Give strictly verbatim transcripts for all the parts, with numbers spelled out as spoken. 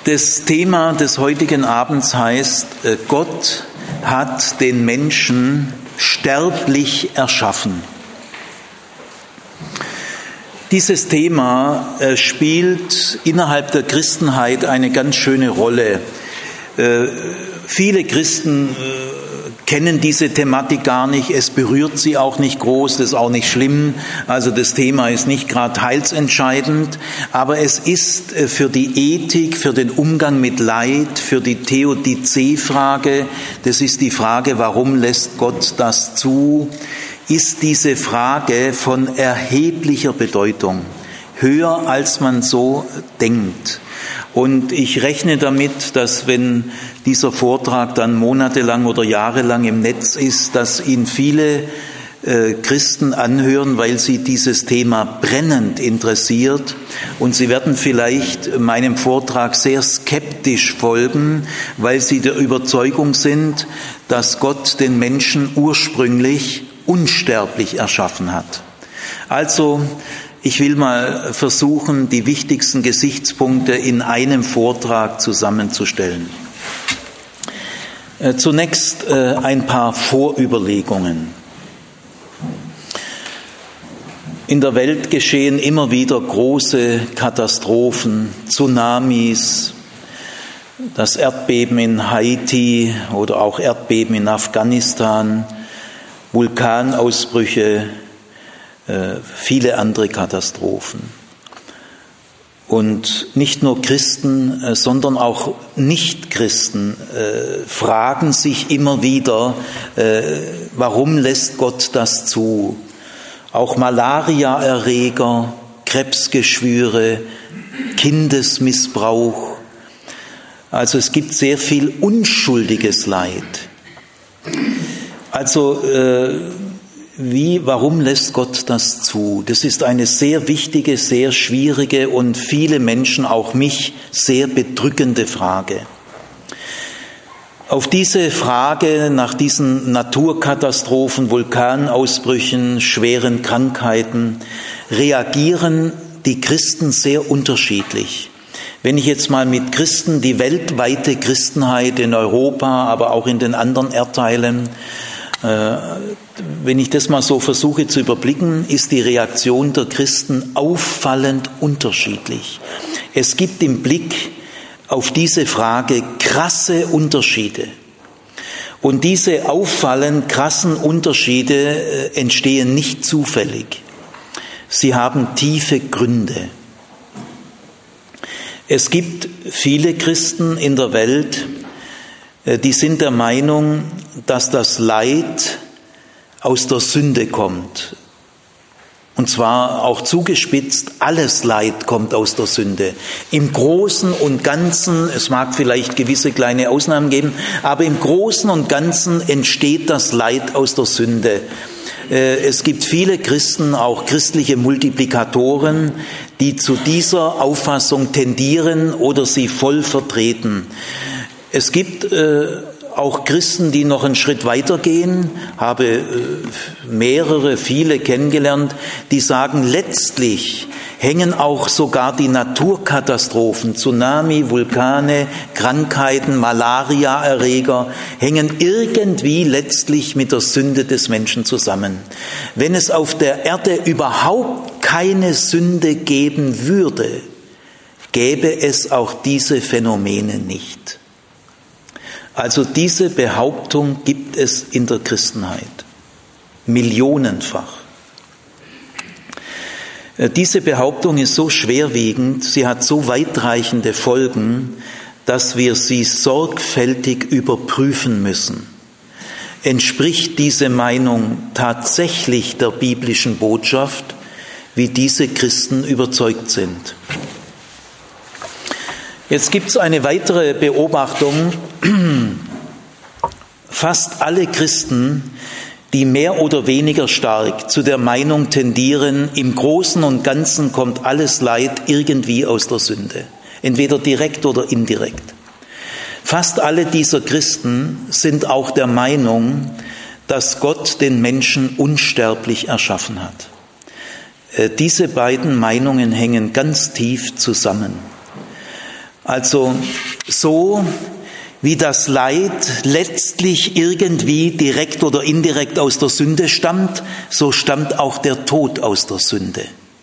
Das Thema des heutigen Abends heißt, Gott hat den Menschen sterblich erschaffen. Dieses Thema spielt innerhalb der Christenheit eine ganz schöne Rolle. Viele Christen kennen diese Thematik gar nicht, es berührt sie auch nicht groß, das ist auch nicht schlimm, also das Thema ist nicht gerade heilsentscheidend, aber es ist für die Ethik, für den Umgang mit Leid, für die Theodizee-Frage, das ist die Frage, warum lässt Gott das zu, ist diese Frage von erheblicher Bedeutung, höher als man so denkt. Und ich rechne damit, dass wenn dieser Vortrag dann monatelang oder jahrelang im Netz ist, dass ihn viele äh, Christen anhören, weil sie dieses Thema brennend interessiert. Und sie werden vielleicht meinem Vortrag sehr skeptisch folgen, weil sie der Überzeugung sind, dass Gott den Menschen ursprünglich unsterblich erschaffen hat. Also, ich will mal versuchen, die wichtigsten Gesichtspunkte in einem Vortrag zusammenzustellen. Zunächst ein paar Vorüberlegungen. In der Welt geschehen immer wieder große Katastrophen, Tsunamis, das Erdbeben in Haiti oder auch Erdbeben in Afghanistan, Vulkanausbrüche, viele andere Katastrophen. Und nicht nur Christen, sondern auch Nichtchristen äh, fragen sich immer wieder, äh, warum lässt Gott das zu? Auch Malariaerreger, Krebsgeschwüre, Kindesmissbrauch. Also es gibt sehr viel unschuldiges Leid. Also äh, Wie, warum lässt Gott das zu? Das ist eine sehr wichtige, sehr schwierige und viele Menschen, auch mich, sehr bedrückende Frage. Auf diese Frage nach diesen Naturkatastrophen, Vulkanausbrüchen, schweren Krankheiten reagieren die Christen sehr unterschiedlich. Wenn ich jetzt mal mit Christen, die weltweite Christenheit in Europa, aber auch in den anderen Erdteilen, wenn ich das mal so versuche zu überblicken, ist die Reaktion der Christen auffallend unterschiedlich. Es gibt im Blick auf diese Frage krasse Unterschiede. Und diese auffallend krassen Unterschiede entstehen nicht zufällig. Sie haben tiefe Gründe. Es gibt viele Christen in der Welt, die sind der Meinung, dass das Leid aus der Sünde kommt. Und zwar auch zugespitzt, alles Leid kommt aus der Sünde. Im Großen und Ganzen, es mag vielleicht gewisse kleine Ausnahmen geben, aber im Großen und Ganzen entsteht das Leid aus der Sünde. Es gibt viele Christen, auch christliche Multiplikatoren, die zu dieser Auffassung tendieren oder sie voll vertreten. Es gibt äh, auch Christen, die noch einen Schritt weitergehen, habe äh, mehrere, viele kennengelernt, die sagen, letztlich hängen auch sogar die Naturkatastrophen, Tsunami, Vulkane, Krankheiten, Malariaerreger, hängen irgendwie letztlich mit der Sünde des Menschen zusammen. Wenn es auf der Erde überhaupt keine Sünde geben würde, gäbe es auch diese Phänomene nicht. Also diese Behauptung gibt es in der Christenheit, millionenfach. Diese Behauptung ist so schwerwiegend, sie hat so weitreichende Folgen, dass wir sie sorgfältig überprüfen müssen. Entspricht diese Meinung tatsächlich der biblischen Botschaft, wie diese Christen überzeugt sind? Jetzt gibt es eine weitere Beobachtung. Fast alle Christen, die mehr oder weniger stark zu der Meinung tendieren, im Großen und Ganzen kommt alles Leid irgendwie aus der Sünde, entweder direkt oder indirekt. Fast alle dieser Christen sind auch der Meinung, dass Gott den Menschen unsterblich erschaffen hat. Diese beiden Meinungen hängen ganz tief zusammen. Also so wie das Leid letztlich irgendwie direkt oder indirekt aus der Sünde stammt, so stammt auch der Tod aus der Sünde.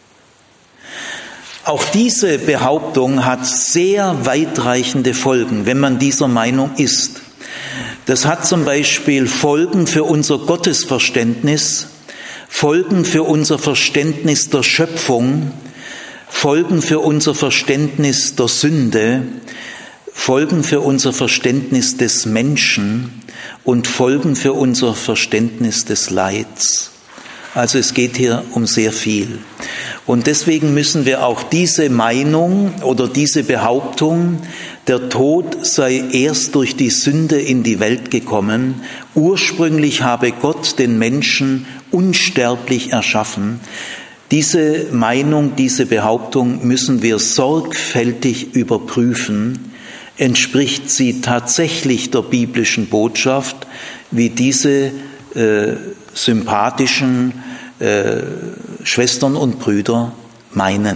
Auch diese Behauptung hat sehr weitreichende Folgen, wenn man dieser Meinung ist. Das hat zum Beispiel Folgen für unser Gottesverständnis, Folgen für unser Verständnis der Schöpfung, Folgen für unser Verständnis der Sünde, Folgen für unser Verständnis des Menschen und Folgen für unser Verständnis des Leids. Also es geht hier um sehr viel. Und deswegen müssen wir auch diese Meinung oder diese Behauptung, der Tod sei erst durch die Sünde in die Welt gekommen, ursprünglich habe Gott den Menschen unsterblich erschaffen, diese Meinung, diese Behauptung müssen wir sorgfältig überprüfen. Entspricht sie tatsächlich der biblischen Botschaft, wie diese äh, sympathischen äh, Schwestern und Brüder meinen?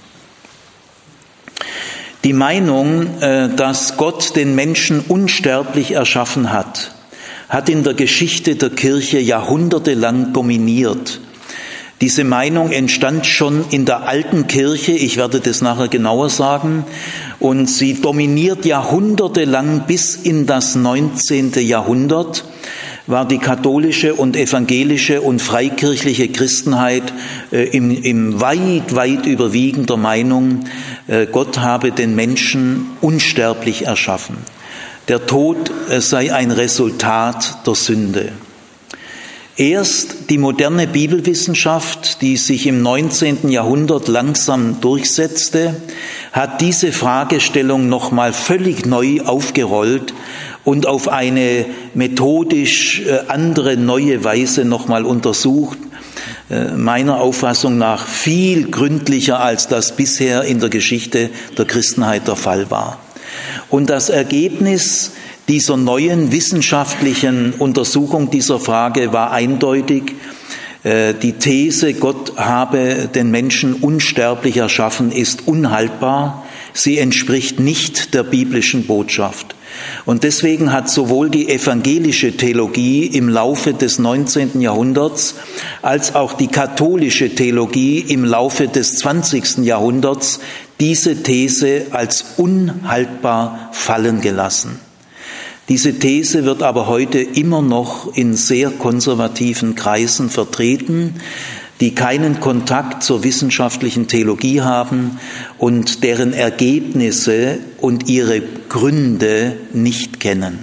Die Meinung, äh, dass Gott den Menschen unsterblich erschaffen hat, hat in der Geschichte der Kirche jahrhundertelang dominiert. Diese Meinung entstand schon in der alten Kirche, ich werde das nachher genauer sagen, und sie dominiert jahrhundertelang bis in das neunzehnte Jahrhundert, war die katholische und evangelische und freikirchliche Christenheit äh, im, im weit, weit überwiegender Meinung, äh, Gott habe den Menschen unsterblich erschaffen. Der Tod äh, sei ein Resultat der Sünde. Erst die moderne Bibelwissenschaft, die sich im neunzehnten Jahrhundert langsam durchsetzte, hat diese Fragestellung nochmal völlig neu aufgerollt und auf eine methodisch andere, neue Weise nochmal untersucht, meiner Auffassung nach viel gründlicher, als das bisher in der Geschichte der Christenheit der Fall war. Und das Ergebnis dieser neuen wissenschaftlichen Untersuchung dieser Frage war eindeutig. Die These, Gott habe den Menschen unsterblich erschaffen, ist unhaltbar. Sie entspricht nicht der biblischen Botschaft. Und deswegen hat sowohl die evangelische Theologie im Laufe des neunzehnten Jahrhunderts als auch die katholische Theologie im Laufe des zwanzigsten Jahrhunderts diese These als unhaltbar fallen gelassen. Diese These wird aber heute immer noch in sehr konservativen Kreisen vertreten, die keinen Kontakt zur wissenschaftlichen Theologie haben und deren Ergebnisse und ihre Gründe nicht kennen.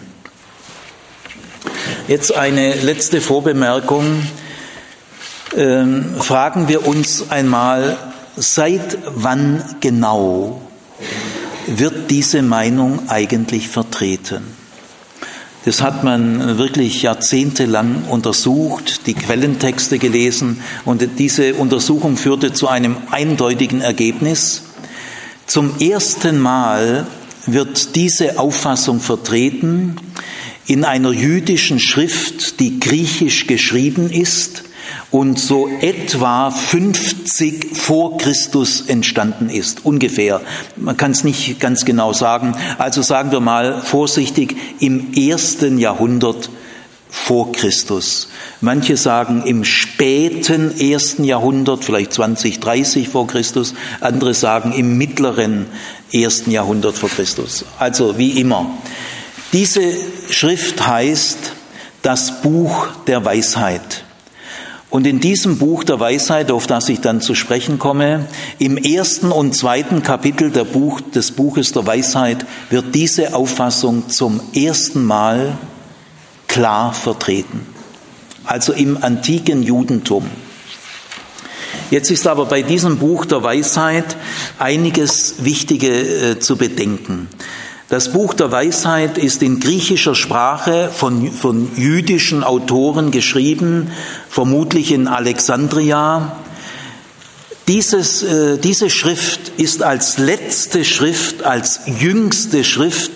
Jetzt eine letzte Vorbemerkung. Ähm, fragen wir uns einmal, seit wann genau wird diese Meinung eigentlich vertreten? Das hat man wirklich jahrzehntelang untersucht, die Quellentexte gelesen, und diese Untersuchung führte zu einem eindeutigen Ergebnis. Zum ersten Mal wird diese Auffassung vertreten in einer jüdischen Schrift, die griechisch geschrieben ist und so etwa fünfzig vor Christus entstanden ist, ungefähr. Man kann es nicht ganz genau sagen. Also sagen wir mal vorsichtig, im ersten Jahrhundert vor Christus. Manche sagen im späten ersten Jahrhundert, vielleicht zwanzig, dreißig vor Christus. Andere sagen im mittleren ersten Jahrhundert vor Christus. Also wie immer. Diese Schrift heißt das Buch der Weisheit. Und in diesem Buch der Weisheit, auf das ich dann zu sprechen komme, im ersten und zweiten Kapitel der Buch, des Buches der Weisheit wird diese Auffassung zum ersten Mal klar vertreten. Also im antiken Judentum. Jetzt ist aber bei diesem Buch der Weisheit einiges Wichtige äh, zu bedenken. Das Buch der Weisheit ist in griechischer Sprache von, von jüdischen Autoren geschrieben, vermutlich in Alexandria. Dieses, äh, diese Schrift ist als letzte Schrift, als jüngste Schrift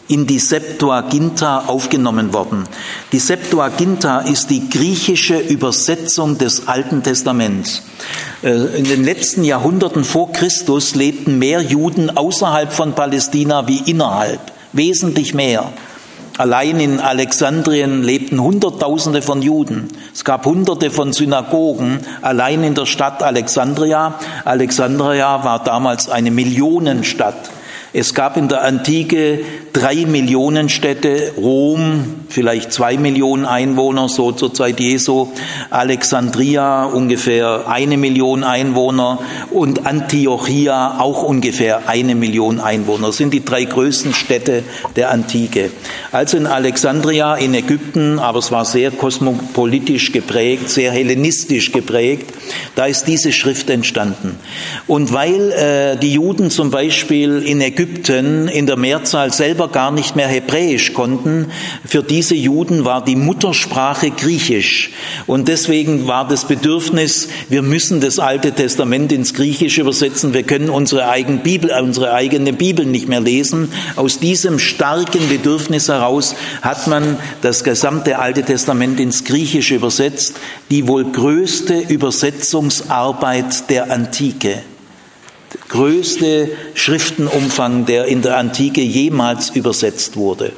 in die Septuaginta aufgenommen worden. Die Septuaginta ist die griechische Übersetzung des Alten Testaments. In den letzten Jahrhunderten vor Christus lebten mehr Juden außerhalb von Palästina wie innerhalb, wesentlich mehr. Allein in Alexandrien lebten Hunderttausende von Juden. Es gab Hunderte von Synagogen, allein in der Stadt Alexandria. Alexandria war damals eine Millionenstadt. Es gab in der Antike drei Millionen Städte, Rom, vielleicht zwei Millionen Einwohner, so zur Zeit Jesu, Alexandria ungefähr eine Million Einwohner und Antiochia auch ungefähr eine Million Einwohner. Das sind die drei größten Städte der Antike. Also in Alexandria in Ägypten, aber es war sehr kosmopolitisch geprägt, sehr hellenistisch geprägt, da ist diese Schrift entstanden. Und weil äh, die Juden zum Beispiel in Ägypten in der Mehrzahl selber gar nicht mehr Hebräisch konnten, für diese Juden war die Muttersprache Griechisch. Und deswegen war das Bedürfnis, wir müssen das Alte Testament ins Griechische übersetzen, wir können unsere eigene Bibel, unsere eigene Bibel nicht mehr lesen. Aus diesem starken Bedürfnis heraus hat man das gesamte Alte Testament ins Griechische übersetzt, die wohl größte Übersetzungsarbeit der Antike. Der größte Schriftenumfang, der in der Antike jemals übersetzt wurde.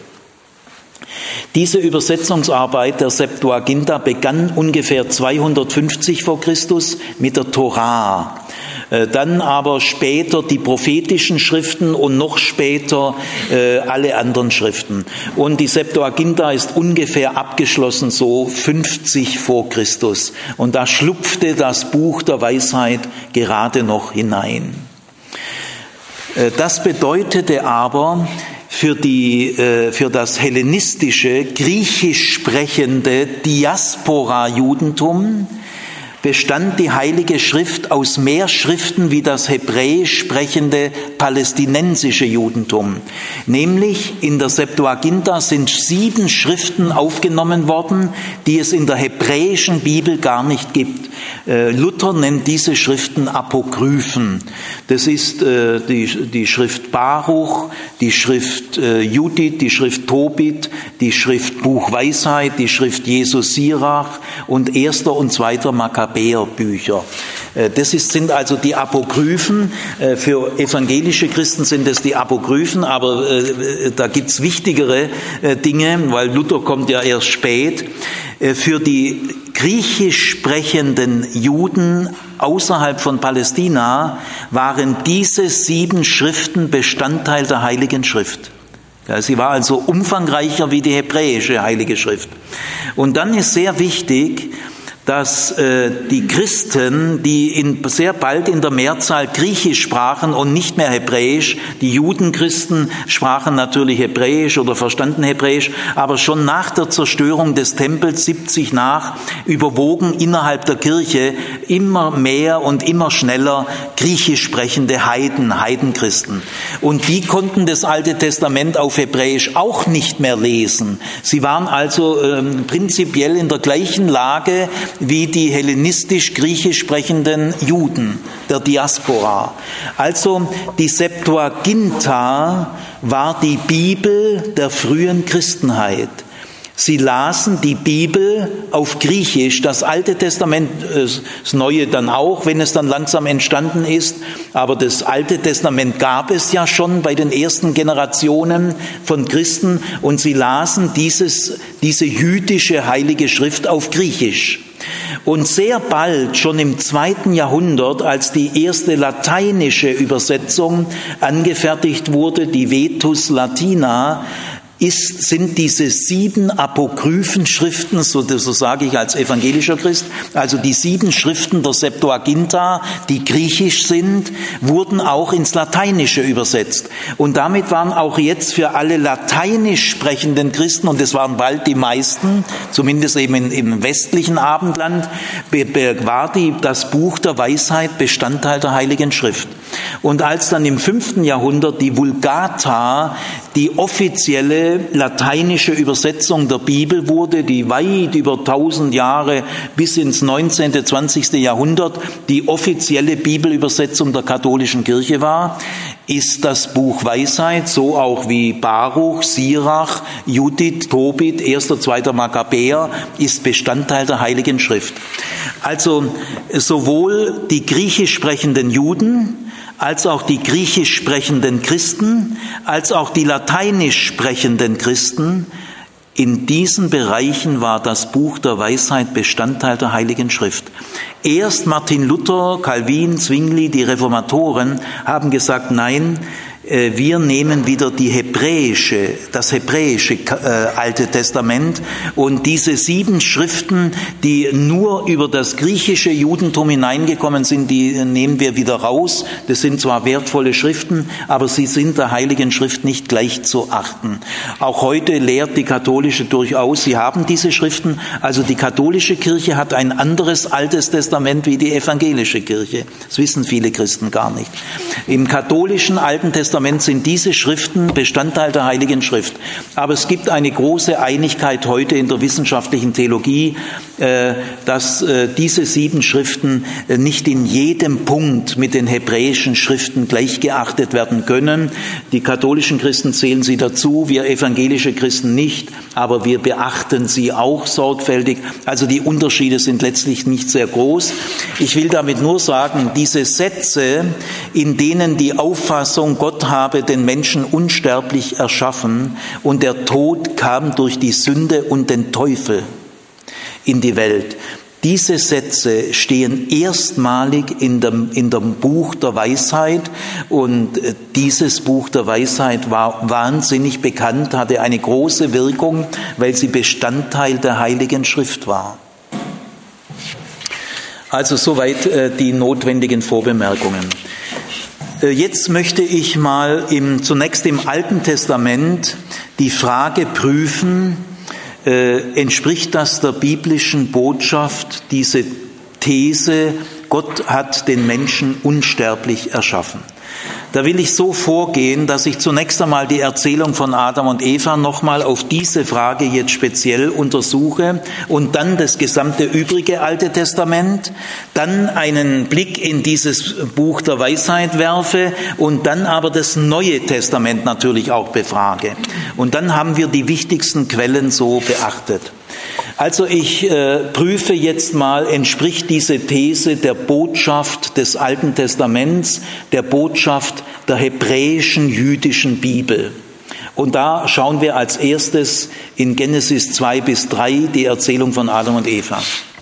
Diese Übersetzungsarbeit der Septuaginta begann ungefähr zweihundertfünfzig vor Christus mit der Torah. Dann aber später die prophetischen Schriften und noch später äh, alle anderen Schriften. Und die Septuaginta ist ungefähr abgeschlossen so fünfzig vor Christus. Und da schlupfte das Buch der Weisheit gerade noch hinein. Äh, das bedeutete aber für die, äh, für das hellenistische, griechisch sprechende Diaspora-Judentum bestand die Heilige Schrift aus mehr Schriften wie das hebräisch sprechende palästinensische Judentum. Nämlich in der Septuaginta sind sieben Schriften aufgenommen worden, die es in der hebräischen Bibel gar nicht gibt. Luther nennt diese Schriften Apokryphen. Das ist äh, die, die Schrift Baruch, die Schrift äh, Judith, die Schrift Tobit, die Schrift Buch Weisheit, die Schrift Jesus Sirach und erster und zweiter Makkabäerbücher. Äh, das ist, sind also die Apokryphen. Äh, für evangelische Christen sind es die Apokryphen, aber äh, da gibt's wichtigere äh, Dinge, weil Luther kommt ja erst spät. Äh, für die griechisch sprechenden Juden außerhalb von Palästina waren diese sieben Schriften Bestandteil der Heiligen Schrift. Ja, sie war also umfangreicher wie die hebräische Heilige Schrift. Und dann ist sehr wichtig, dass äh, die Christen, die in, sehr bald in der Mehrzahl Griechisch sprachen und nicht mehr Hebräisch, die Judenchristen sprachen natürlich Hebräisch oder verstanden Hebräisch, aber schon nach der Zerstörung des Tempels siebzig nach überwogen innerhalb der Kirche immer mehr und immer schneller griechisch sprechende Heiden, Heidenchristen. Und die konnten das Alte Testament auf Hebräisch auch nicht mehr lesen. Sie waren also ähm, prinzipiell in der gleichen Lage wie die hellenistisch-griechisch sprechenden Juden der Diaspora. Also die Septuaginta war die Bibel der frühen Christenheit. Sie lasen die Bibel auf Griechisch, das Alte Testament, das Neue dann auch, wenn es dann langsam entstanden ist. Aber das Alte Testament gab es ja schon bei den ersten Generationen von Christen und sie lasen dieses, diese jüdische Heilige Schrift auf Griechisch. Und sehr bald, schon im zweiten Jahrhundert, als die erste lateinische Übersetzung angefertigt wurde, die Vetus Latina, ist, sind diese sieben Apokryphenschriften, so, so sage ich als evangelischer Christ, also die sieben Schriften der Septuaginta, die griechisch sind, wurden auch ins Lateinische übersetzt. Und damit waren auch jetzt für alle lateinisch sprechenden Christen, und es waren bald die meisten, zumindest eben in, im westlichen Abendland, war die, das Buch der Weisheit Bestandteil der Heiligen Schrift. Und als dann im fünften Jahrhundert die Vulgata, die offizielle lateinische Übersetzung der Bibel wurde, die weit über tausend Jahre bis ins neunzehnten, zwanzigsten Jahrhundert die offizielle Bibelübersetzung der katholischen Kirche war, ist das Buch Weisheit, so auch wie Baruch, Sirach, Judith, Tobit, erster, zweiter Makkabäer, ist Bestandteil der Heiligen Schrift. Also sowohl die griechisch sprechenden Juden, als auch die griechisch sprechenden Christen, als auch die lateinisch sprechenden Christen, in diesen Bereichen war das Buch der Weisheit Bestandteil der Heiligen Schrift. Erst Martin Luther, Calvin, Zwingli, die Reformatoren haben gesagt, nein, wir nehmen wieder die hebräische, das hebräische äh, Alte Testament und diese sieben Schriften, die nur über das griechische Judentum hineingekommen sind, die nehmen wir wieder raus. Das sind zwar wertvolle Schriften, aber sie sind der Heiligen Schrift nicht gleich zu achten. Auch heute lehrt die katholische durchaus, sie haben diese Schriften, also die katholische Kirche hat ein anderes Altes Testament wie die evangelische Kirche. Das wissen viele Christen gar nicht. Im katholischen Alten Testament sind diese Schriften Bestandteil der Heiligen Schrift. Aber es gibt eine große Einigkeit heute in der wissenschaftlichen Theologie, dass diese sieben Schriften nicht in jedem Punkt mit den hebräischen Schriften gleichgeachtet werden können. Die katholischen Christen zählen sie dazu, wir evangelische Christen nicht, aber wir beachten sie auch sorgfältig. Also die Unterschiede sind letztlich nicht sehr groß. Ich will damit nur sagen, diese Sätze, in denen die Auffassung, Gott habe den Menschen unsterblich erschaffen und der Tod kam durch die Sünde und den Teufel in die Welt. Diese Sätze stehen erstmalig in dem, in dem Buch der Weisheit und dieses Buch der Weisheit war wahnsinnig bekannt, hatte eine große Wirkung, weil sie Bestandteil der Heiligen Schrift war. Also soweit äh, die notwendigen Vorbemerkungen. Jetzt möchte ich mal im, zunächst im Alten Testament die Frage prüfen, äh, entspricht das der biblischen Botschaft, diese These, Gott hat den Menschen unsterblich erschaffen? Da will ich so vorgehen, dass ich zunächst einmal die Erzählung von Adam und Eva nochmal auf diese Frage jetzt speziell untersuche und dann das gesamte übrige Alte Testament, dann einen Blick in dieses Buch der Weisheit werfe und dann aber das Neue Testament natürlich auch befrage. Und dann haben wir die wichtigsten Quellen so beachtet. Also ich äh, prüfe jetzt mal, entspricht diese These der Botschaft des Alten Testaments, der Botschaft der hebräischen jüdischen Bibel. Und da schauen wir als erstes in Genesis zwei bis drei die Erzählung von Adam und Eva.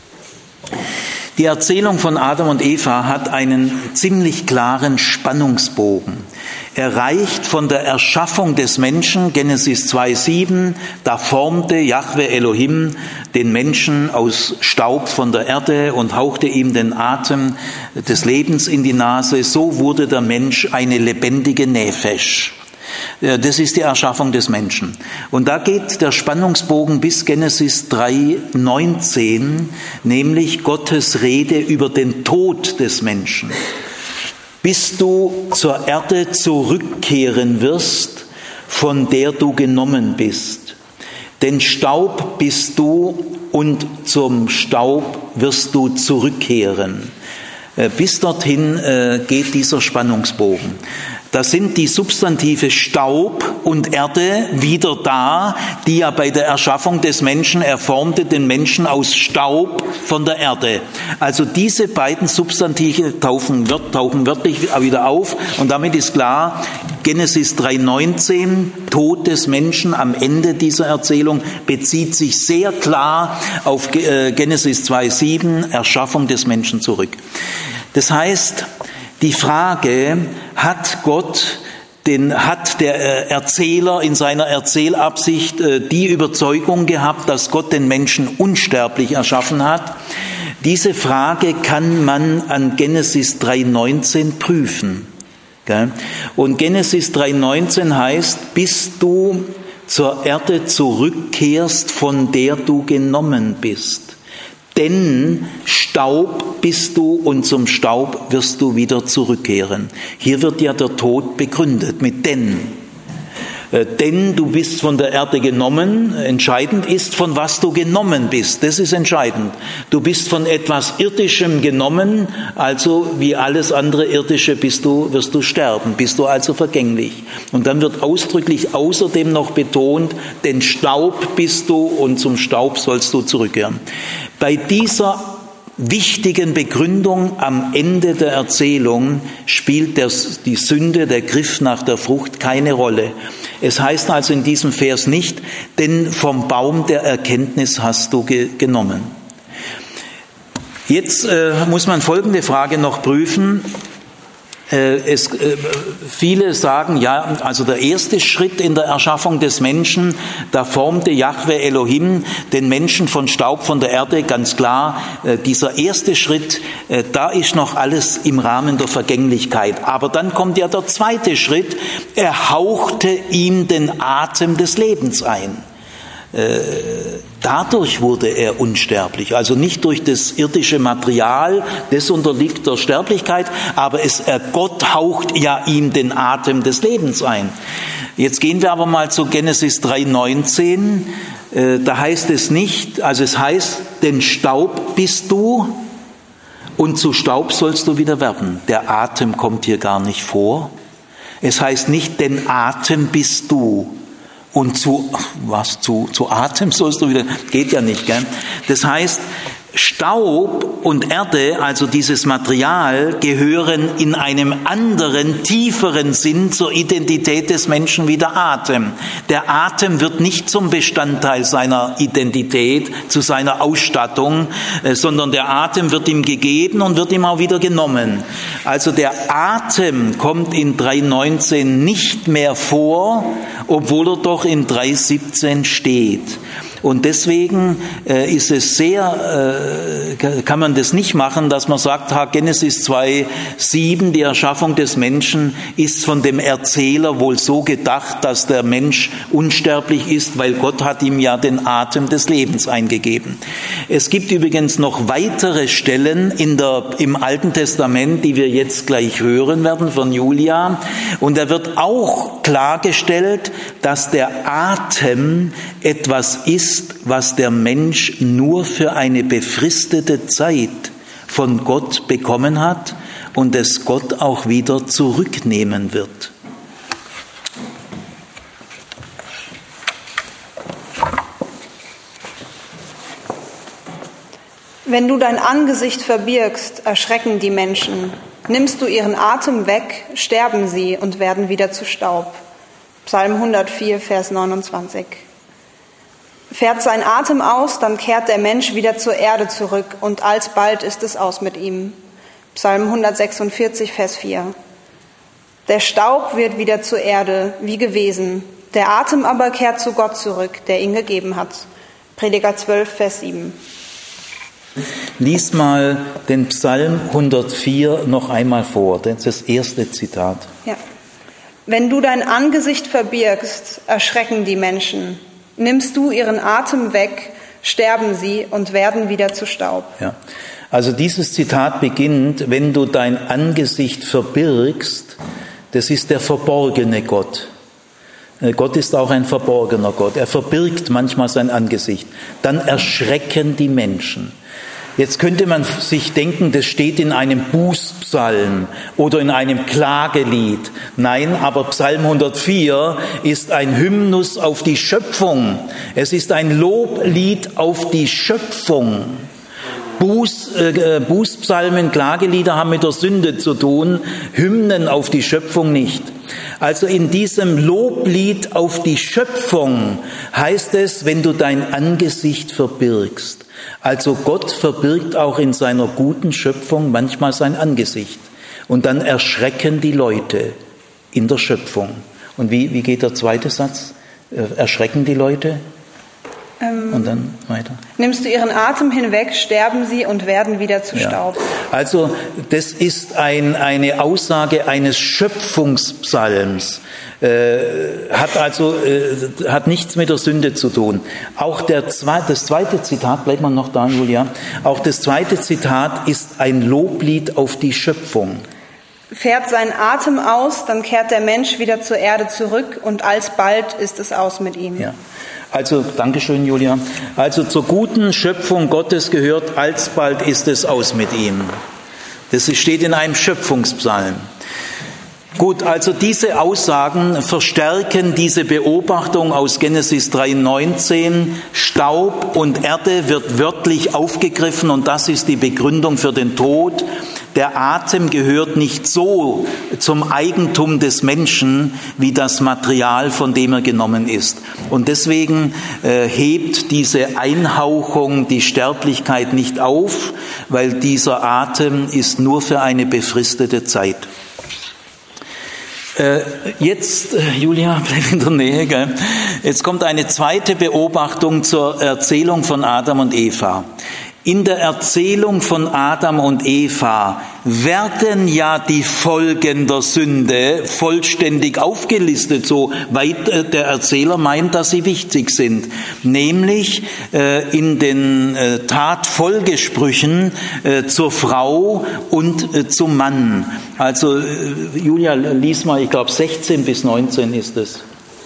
Die Erzählung von Adam und Eva hat einen ziemlich klaren Spannungsbogen. Er reicht von der Erschaffung des Menschen, Genesis zwei sieben, da formte Jahwe Elohim den Menschen aus Staub von der Erde und hauchte ihm den Atem des Lebens in die Nase. So wurde der Mensch eine lebendige Nephesh. Das ist die Erschaffung des Menschen. Und da geht der Spannungsbogen bis Genesis drei neunzehn, nämlich Gottes Rede über den Tod des Menschen. Bis du zur Erde zurückkehren wirst, von der du genommen bist. Denn Staub bist du und zum Staub wirst du zurückkehren. Bis dorthin geht dieser Spannungsbogen. Da sind die Substantive Staub und Erde wieder da, die ja bei der Erschaffung des Menschen, er formte den Menschen aus Staub von der Erde. Also diese beiden Substantive tauchen, tauchen wörtlich wieder auf und damit ist klar, Genesis drei neunzehn, Tod des Menschen am Ende dieser Erzählung, bezieht sich sehr klar auf Genesis zwei sieben, Erschaffung des Menschen zurück. Das heißt, die Frage, hat Gott, den, hat der Erzähler in seiner Erzählabsicht die Überzeugung gehabt, dass Gott den Menschen unsterblich erschaffen hat? Diese Frage kann man an Genesis drei neunzehn prüfen. Und Genesis drei neunzehn heißt, bis du zur Erde zurückkehrst, von der du genommen bist. Denn Staub bist du und zum Staub wirst du wieder zurückkehren. Hier wird ja der Tod begründet mit denn. Denn du bist von der Erde genommen. Entscheidend ist, von was du genommen bist. Das ist entscheidend. Du bist von etwas Irdischem genommen, also wie alles andere Irdische bist du, wirst du sterben, bist du also vergänglich. Und dann wird ausdrücklich außerdem noch betont, denn Staub bist du und zum Staub sollst du zurückkehren. Bei dieser wichtigen Begründung am Ende der Erzählung spielt der, die Sünde, der Griff nach der Frucht keine Rolle. Es heißt also in diesem Vers nicht, denn vom Baum der Erkenntnis hast du ge- genommen. Jetzt äh, muss man folgende Frage noch prüfen. Äh, es, äh, viele sagen, ja, also der erste Schritt in der Erschaffung des Menschen, da formte Jahwe Elohim den Menschen von Staub von der Erde, ganz klar. Äh, dieser erste Schritt, äh, da ist noch alles im Rahmen der Vergänglichkeit. Aber dann kommt ja der zweite Schritt, er hauchte ihm den Atem des Lebens ein. Äh, dadurch wurde er unsterblich, also nicht durch das irdische Material, das unterliegt der Sterblichkeit, aber es, äh, Gott haucht ja ihm den Atem des Lebens ein. Jetzt gehen wir aber mal zu Genesis drei neunzehn, äh, da heißt es nicht, also es heißt, denn Staub bist du und zu Staub sollst du wieder werden. Der Atem kommt hier gar nicht vor. Es heißt nicht, denn Atem bist du. Und zu, was, zu, zu Atem sollst du wieder, geht ja nicht, gell? Das heißt, Staub und Erde, also dieses Material, gehören in einem anderen, tieferen Sinn zur Identität des Menschen wie der Atem. Der Atem wird nicht zum Bestandteil seiner Identität, zu seiner Ausstattung, sondern der Atem wird ihm gegeben und wird ihm auch wieder genommen. Also der Atem kommt in drei neunzehn nicht mehr vor, obwohl er doch in drei siebzehn steht. Und deswegen äh, ist es sehr, äh, kann man das nicht machen, dass man sagt, ha, Genesis zwei sieben, die Erschaffung des Menschen ist von dem Erzähler wohl so gedacht, dass der Mensch unsterblich ist, weil Gott hat ihm ja den Atem des Lebens eingegeben. Es gibt übrigens noch weitere Stellen in der, im Alten Testament, die wir jetzt gleich hören werden von Julia. Und da wird auch klargestellt, dass der Atem etwas ist, was der Mensch nur für eine befristete Zeit von Gott bekommen hat und es Gott auch wieder zurücknehmen wird. Wenn du dein Angesicht verbirgst, erschrecken die Menschen. Nimmst du ihren Atem weg, sterben sie und werden wieder zu Staub. Psalm hundertvier, Vers neunundzwanzig. Fährt sein Atem aus, dann kehrt der Mensch wieder zur Erde zurück und alsbald ist es aus mit ihm. Psalm hundertsechsundvierzig, Vers vier. Der Staub wird wieder zur Erde, wie gewesen. Der Atem aber kehrt zu Gott zurück, der ihn gegeben hat. Prediger zwölf, Vers sieben. Lies mal den Psalm hundertvier noch einmal vor, das ist das erste Zitat. Ja. Wenn du dein Angesicht verbirgst, erschrecken die Menschen. Nimmst du ihren Atem weg, sterben sie und werden wieder zu Staub. Ja. Also dieses Zitat beginnt, wenn du dein Angesicht verbirgst, das ist der verborgene Gott. Gott ist auch ein verborgener Gott. Er verbirgt manchmal sein Angesicht. Dann erschrecken die Menschen. Jetzt könnte man sich denken, das steht in einem Bußpsalm oder in einem Klagelied. Nein, aber Psalm hundertvier ist ein Hymnus auf die Schöpfung. Es ist ein Loblied auf die Schöpfung. Buß, äh, Bußpsalmen, Klagelieder haben mit der Sünde zu tun, Hymnen auf die Schöpfung nicht. Also in diesem Loblied auf die Schöpfung heißt es, wenn du dein Angesicht verbirgst. Also Gott verbirgt auch in seiner guten Schöpfung manchmal sein Angesicht. Und dann erschrecken die Leute in der Schöpfung. Und wie, wie geht der zweite Satz? Erschrecken die Leute? Ähm, und dann weiter. Nimmst du ihren Atem hinweg, sterben sie und werden wieder zu Staub. Ja. Also das ist ein, eine Aussage eines Schöpfungspsalms. Äh, hat also äh, hat nichts mit der Sünde zu tun. Auch der zweite, das zweite Zitat, bleibt man noch da, Julia. Auch das zweite Zitat ist ein Loblied auf die Schöpfung. fährt sein Atem aus, dann kehrt der Mensch wieder zur Erde zurück und alsbald ist es aus mit ihm. Ja. Also, Dankeschön, Julia. Also zur guten Schöpfung Gottes gehört, alsbald ist es aus mit ihm. Das steht in einem Schöpfungspsalm. Gut, also diese Aussagen verstärken diese Beobachtung aus Genesis drei neunzehn. Staub und Erde wird wörtlich aufgegriffen und das ist die Begründung für den Tod. Der Atem gehört nicht so zum Eigentum des Menschen wie das Material, von dem er genommen ist. Und deswegen äh, hebt diese Einhauchung die Sterblichkeit nicht auf, weil dieser Atem ist nur für eine befristete Zeit. Jetzt, Julia, bleib in der Nähe, gell? Jetzt kommt eine zweite Beobachtung zur Erzählung von Adam und Eva. In der Erzählung von Adam und Eva werden ja die Folgen der Sünde vollständig aufgelistet, soweit der Erzähler meint, dass sie wichtig sind. Nämlich äh, in den äh, Tatfolgesprüchen äh, zur Frau und äh, zum Mann. Also äh, Julia, lies mal, ich glaube sechzehn bis neunzehn ist es.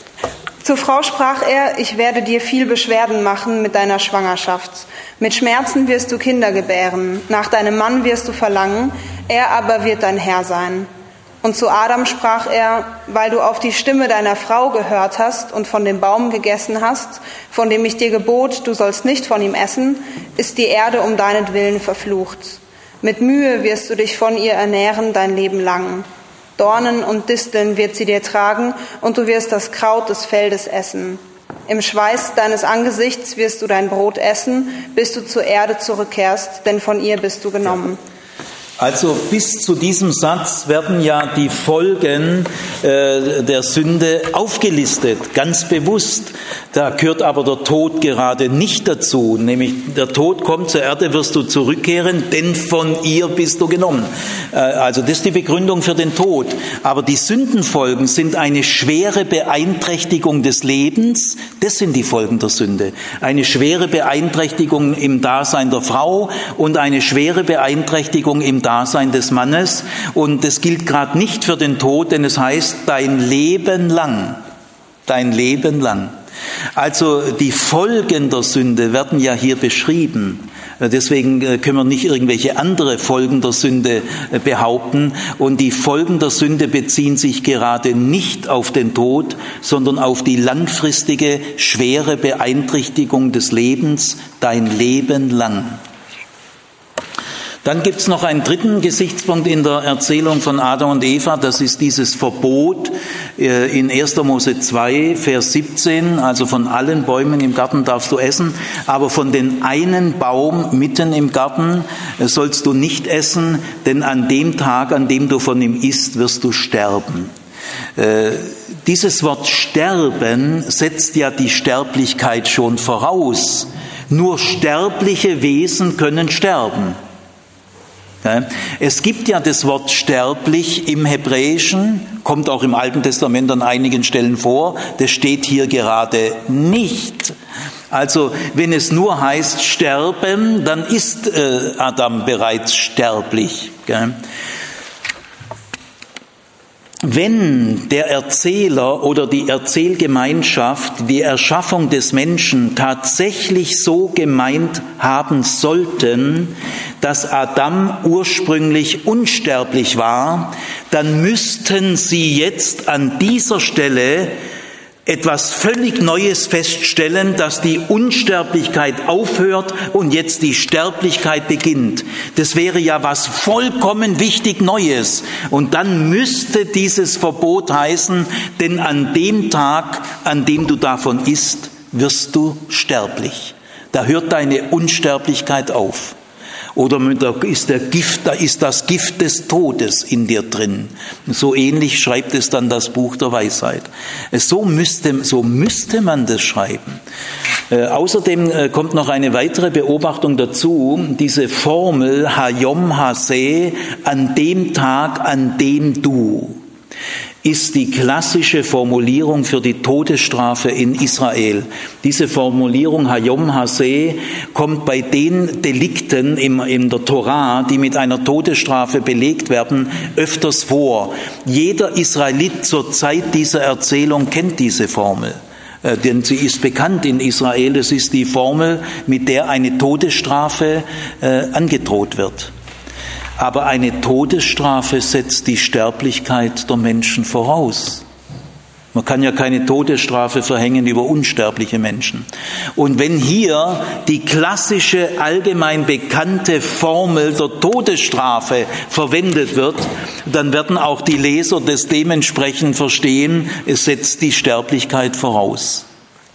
Zur Frau sprach er, ich werde dir viel Beschwerden machen mit deiner Schwangerschaft. Mit Schmerzen wirst du Kinder gebären. Nach deinem Mann wirst du verlangen, er aber wird dein Herr sein. Und zu Adam sprach er, weil du auf die Stimme deiner Frau gehört hast und von dem Baum gegessen hast, von dem ich dir gebot, du sollst nicht von ihm essen, ist die Erde um deinetwillen verflucht. Mit Mühe wirst du dich von ihr ernähren dein Leben lang. Dornen und Disteln wird sie dir tragen, und du wirst das Kraut des Feldes essen. Im Schweiß deines Angesichts wirst du dein Brot essen, bis du zur Erde zurückkehrst, denn von ihr bist du genommen. Also bis zu diesem Satz werden ja die Folgen äh, der Sünde aufgelistet, ganz bewusst. Da gehört aber der Tod gerade nicht dazu, nämlich der Tod kommt zur Erde, wirst du zurückkehren, denn von ihr bist du genommen. Äh, also das ist die Begründung für den Tod. Aber die Sündenfolgen sind eine schwere Beeinträchtigung des Lebens, das sind die Folgen der Sünde. Eine schwere Beeinträchtigung im Dasein der Frau und eine schwere Beeinträchtigung im Dasein des Mannes, und das gilt gerade nicht für den Tod, denn es heißt dein Leben lang, dein Leben lang. Also die Folgen der Sünde werden ja hier beschrieben. Deswegen können wir nicht irgendwelche andere Folgen der Sünde behaupten. Und die Folgen der Sünde beziehen sich gerade nicht auf den Tod, sondern auf die langfristige, schwere Beeinträchtigung des Lebens, dein Leben lang. Dann gibt es noch einen dritten Gesichtspunkt in der Erzählung von Adam und Eva, das ist dieses Verbot in erster Mose zwei, Vers siebzehn, also von allen Bäumen im Garten darfst du essen, aber von den einen Baum mitten im Garten sollst du nicht essen, denn an dem Tag, an dem du von ihm isst, wirst du sterben. Dieses Wort sterben setzt ja die Sterblichkeit schon voraus. Nur sterbliche Wesen können sterben. Es gibt ja das Wort sterblich im Hebräischen, kommt auch im Alten Testament an einigen Stellen vor, das steht hier gerade nicht. Also wenn es nur heißt sterben, dann ist äh, Adam bereits sterblich. Gell? Wenn der Erzähler oder die Erzählgemeinschaft die Erschaffung des Menschen tatsächlich so gemeint haben sollten, dass Adam ursprünglich unsterblich war, dann müssten sie jetzt an dieser Stelle etwas völlig Neues feststellen, dass die Unsterblichkeit aufhört und jetzt die Sterblichkeit beginnt. Das wäre ja was vollkommen wichtig Neues. Und dann müsste dieses Verbot heißen, denn an dem Tag, an dem du davon isst, wirst du sterblich. Da hört deine Unsterblichkeit auf. Oder da ist der Gift, da ist das Gift des Todes in dir drin. So ähnlich schreibt es dann das Buch der Weisheit. So müsste, so müsste man das schreiben. Äh, außerdem äh, kommt noch eine weitere Beobachtung dazu. Diese Formel Hayom Haseh, an dem Tag, an dem du. ist die klassische Formulierung für die Todesstrafe in Israel. Diese Formulierung Hayom Haseh kommt bei den Delikten im, in der Torah, die mit einer Todesstrafe belegt werden, öfters vor. Jeder Israelit zur Zeit dieser Erzählung kennt diese Formel. Äh, denn sie ist bekannt in Israel. Es ist die Formel, mit der eine Todesstrafe äh, angedroht wird. Aber eine Todesstrafe setzt die Sterblichkeit der Menschen voraus. Man kann ja keine Todesstrafe verhängen über unsterbliche Menschen. Und wenn hier die klassische, allgemein bekannte Formel der Todesstrafe verwendet wird, dann werden auch die Leser das dementsprechend verstehen, es setzt die Sterblichkeit voraus.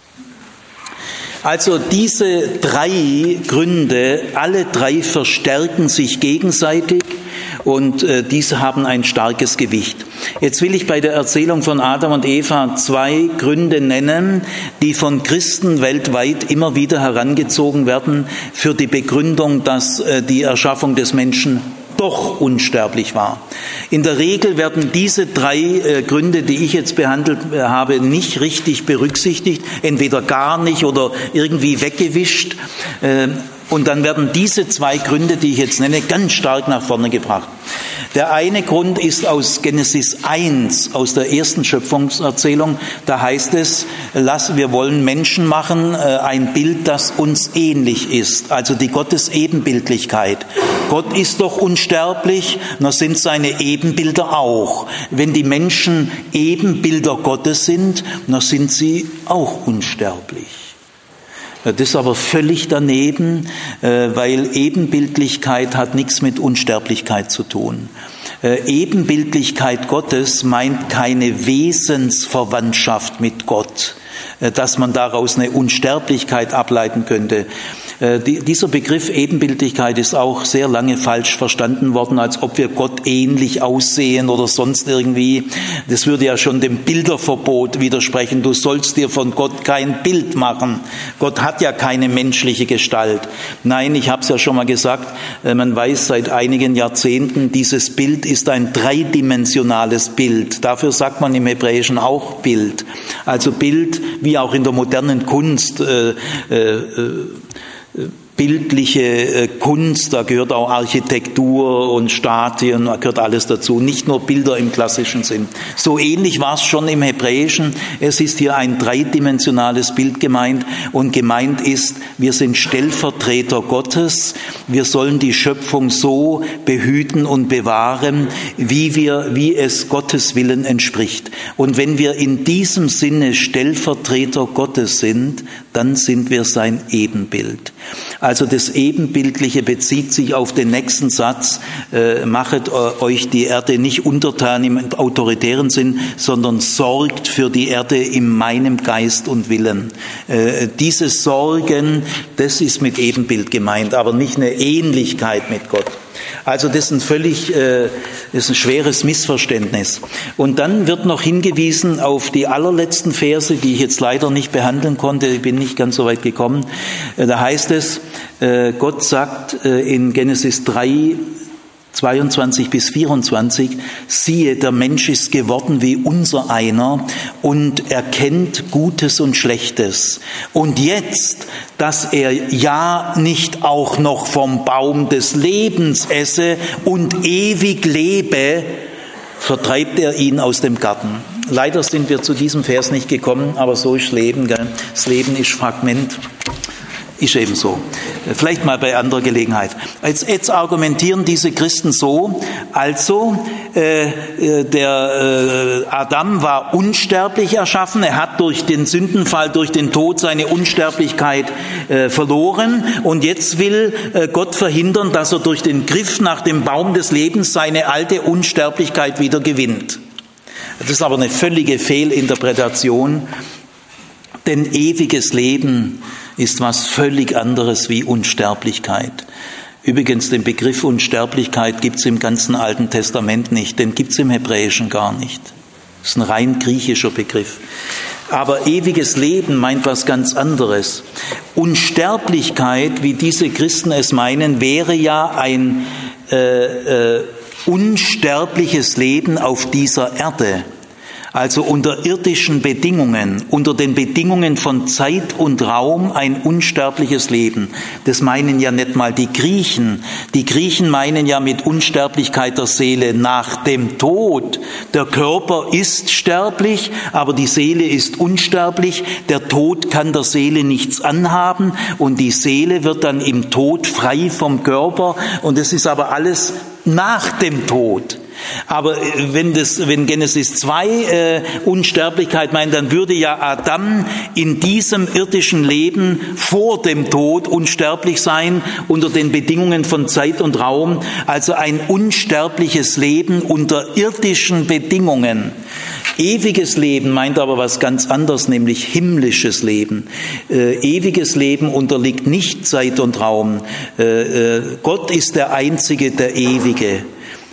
Also diese drei Gründe, alle drei verstärken sich gegenseitig und äh, diese haben ein starkes Gewicht. Jetzt will ich bei der Erzählung von Adam und Eva zwei Gründe nennen, die von Christen weltweit immer wieder herangezogen werden für die Begründung, dass äh, die Erschaffung des Menschen doch unsterblich war. In der Regel werden diese drei äh, Gründe, die ich jetzt behandelt äh, habe, nicht richtig berücksichtigt, entweder gar nicht oder irgendwie weggewischt. Äh, und dann werden diese zwei Gründe, die ich jetzt nenne, ganz stark nach vorne gebracht. Der eine Grund ist aus Genesis eins, aus der ersten Schöpfungserzählung. Da heißt es, lass, wir wollen Menschen machen, ein Bild, das uns ähnlich ist. Also die Gottesebenbildlichkeit. Gott ist doch unsterblich, na sind seine Ebenbilder auch. Wenn die Menschen Ebenbilder Gottes sind, na sind sie auch unsterblich. Das ist aber völlig daneben, weil Ebenbildlichkeit hat nichts mit Unsterblichkeit zu tun. Ebenbildlichkeit Gottes meint keine Wesensverwandtschaft mit Gott, dass man daraus eine Unsterblichkeit ableiten könnte. Dieser Begriff Ebenbildlichkeit ist auch sehr lange falsch verstanden worden, als ob wir Gott ähnlich aussehen oder sonst irgendwie. Das würde ja schon dem Bilderverbot widersprechen. Du sollst dir von Gott kein Bild machen. Gott hat ja keine menschliche Gestalt. Nein, ich habe es ja schon mal gesagt, man weiß seit einigen Jahrzehnten, dieses Bild ist ein dreidimensionales Bild. Dafür sagt man im Hebräischen auch Bild. Also Bild, wie auch in der modernen Kunst, äh, äh, bildliche Kunst, da gehört auch Architektur und Statuen, da gehört alles dazu, nicht nur Bilder im klassischen Sinn. So ähnlich war es schon im Hebräischen. Es ist hier ein dreidimensionales Bild gemeint und gemeint ist, wir sind Stellvertreter Gottes, wir sollen die Schöpfung so behüten und bewahren, wie wir, wie es Gottes Willen entspricht. Und wenn wir in diesem Sinne Stellvertreter Gottes sind, dann sind wir sein Ebenbild. Also das Ebenbildliche bezieht sich auf den nächsten Satz, äh, machet euch die Erde nicht untertan im autoritären Sinn, sondern sorgt für die Erde in meinem Geist und Willen. Äh, dieses Sorgen, das ist mit Ebenbild gemeint, aber nicht eine Ähnlichkeit mit Gott. Also das ist ein völlig, äh, das ist ein schweres Missverständnis. Und dann wird noch hingewiesen auf die allerletzten Verse, die ich jetzt leider nicht behandeln konnte, ich bin nicht ganz so weit gekommen. Äh, da heißt es, äh, Gott sagt äh, in Genesis drei, zweiundzwanzig bis vierundzwanzig, siehe, der Mensch ist geworden wie unser einer und erkennt Gutes und Schlechtes. Und jetzt, dass er ja nicht auch noch vom Baum des Lebens esse und ewig lebe, vertreibt er ihn aus dem Garten. Leider sind wir zu diesem Vers nicht gekommen, aber so ist Leben. Gell? Das Leben ist Fragment. Ist eben so. Vielleicht mal bei anderer Gelegenheit. Jetzt, jetzt argumentieren diese Christen so, also äh, der äh, Adam war unsterblich erschaffen, er hat durch den Sündenfall, durch den Tod seine Unsterblichkeit äh, verloren und jetzt will äh, Gott verhindern, dass er durch den Griff nach dem Baum des Lebens seine alte Unsterblichkeit wieder gewinnt. Das ist aber eine völlige Fehlinterpretation, denn ewiges Leben ist was völlig anderes wie Unsterblichkeit. Übrigens, den Begriff Unsterblichkeit gibt es im ganzen Alten Testament nicht, den gibt es im Hebräischen gar nicht. Das ist ein rein griechischer Begriff. Aber ewiges Leben meint was ganz anderes. Unsterblichkeit, wie diese Christen es meinen, wäre ja ein äh, äh, unsterbliches Leben auf dieser Erde. Also unter irdischen Bedingungen, unter den Bedingungen von Zeit und Raum ein unsterbliches Leben. Das meinen ja nicht mal die Griechen. Die Griechen meinen ja mit Unsterblichkeit der Seele nach dem Tod. Der Körper ist sterblich, aber die Seele ist unsterblich. Der Tod kann der Seele nichts anhaben und die Seele wird dann im Tod frei vom Körper. Und es ist aber alles nach dem Tod. Aber wenn das, wenn Genesis zwei äh, Unsterblichkeit meint, dann würde ja Adam in diesem irdischen Leben vor dem Tod unsterblich sein, unter den Bedingungen von Zeit und Raum, also ein unsterbliches Leben unter irdischen Bedingungen. Ewiges Leben meint aber was ganz anderes, nämlich himmlisches Leben. Äh, ewiges Leben unterliegt nicht Zeit und Raum. Äh, äh, Gott ist der Einzige, der Ewige.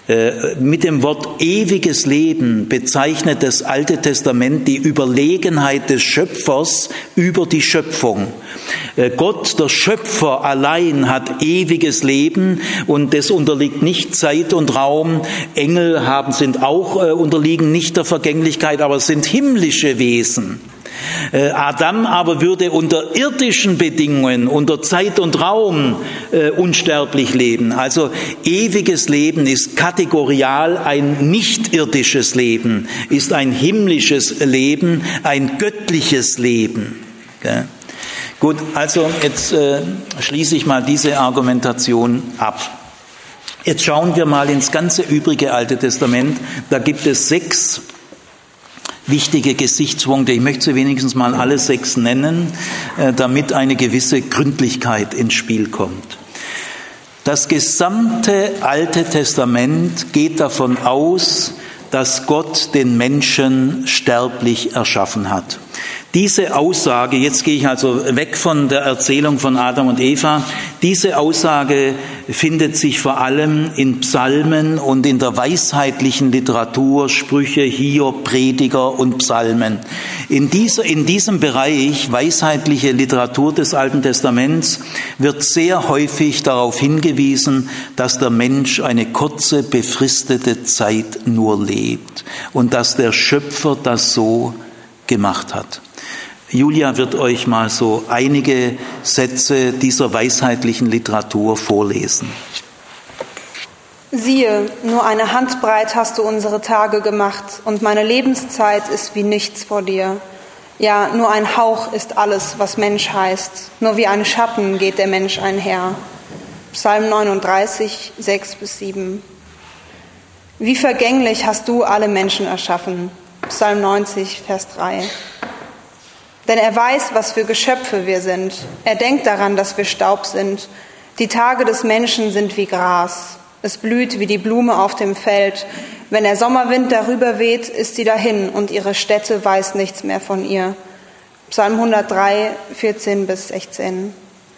Mit dem Wort ewiges Leben bezeichnet das Alte Testament die Überlegenheit des Schöpfers über die Schöpfung. Gott, der Schöpfer allein, hat ewiges Leben und das unterliegt nicht Zeit und Raum. Engel haben, sind auch, unterliegen nicht der Vergänglichkeit, aber sind himmlische Wesen. Adam aber würde unter irdischen Bedingungen, unter Zeit und Raum äh, unsterblich leben. Also ewiges Leben ist kategorial ein nicht-irdisches Leben, ist ein himmlisches Leben, ein göttliches Leben. Okay. Gut, also jetzt äh, schließe ich mal diese Argumentation ab. Jetzt schauen wir mal ins ganze übrige Alte Testament. Da gibt es sechs wichtige Gesichtspunkte. Ich möchte sie wenigstens mal alle sechs nennen, damit eine gewisse Gründlichkeit ins Spiel kommt. Das gesamte Alte Testament geht davon aus, dass Gott den Menschen sterblich erschaffen hat. Diese Aussage, jetzt gehe ich also weg von der Erzählung von Adam und Eva, diese Aussage findet sich vor allem in Psalmen und in der weisheitlichen Literatur, Sprüche, Hiob, Prediger und Psalmen. In, dieser, in diesem Bereich, weisheitliche Literatur des Alten Testaments, wird sehr häufig darauf hingewiesen, dass der Mensch eine kurze, befristete Zeit nur lebt und dass der Schöpfer das so gemacht hat. Julia wird euch mal so einige Sätze dieser weisheitlichen Literatur vorlesen. Siehe, nur eine Handbreit hast du unsere Tage gemacht, und meine Lebenszeit ist wie nichts vor dir. Ja, nur ein Hauch ist alles, was Mensch heißt. Nur wie ein Schatten geht der Mensch einher. Psalm neununddreißig, sechs bis sieben. Wie vergänglich hast du alle Menschen erschaffen. Psalm neunzig, Vers drei. Denn er weiß, was für Geschöpfe wir sind. Er denkt daran, dass wir Staub sind. Die Tage des Menschen sind wie Gras. Es blüht wie die Blume auf dem Feld. Wenn der Sommerwind darüber weht, ist sie dahin und ihre Stätte weiß nichts mehr von ihr. Psalm hundertdrei, vierzehn bis sechzehn.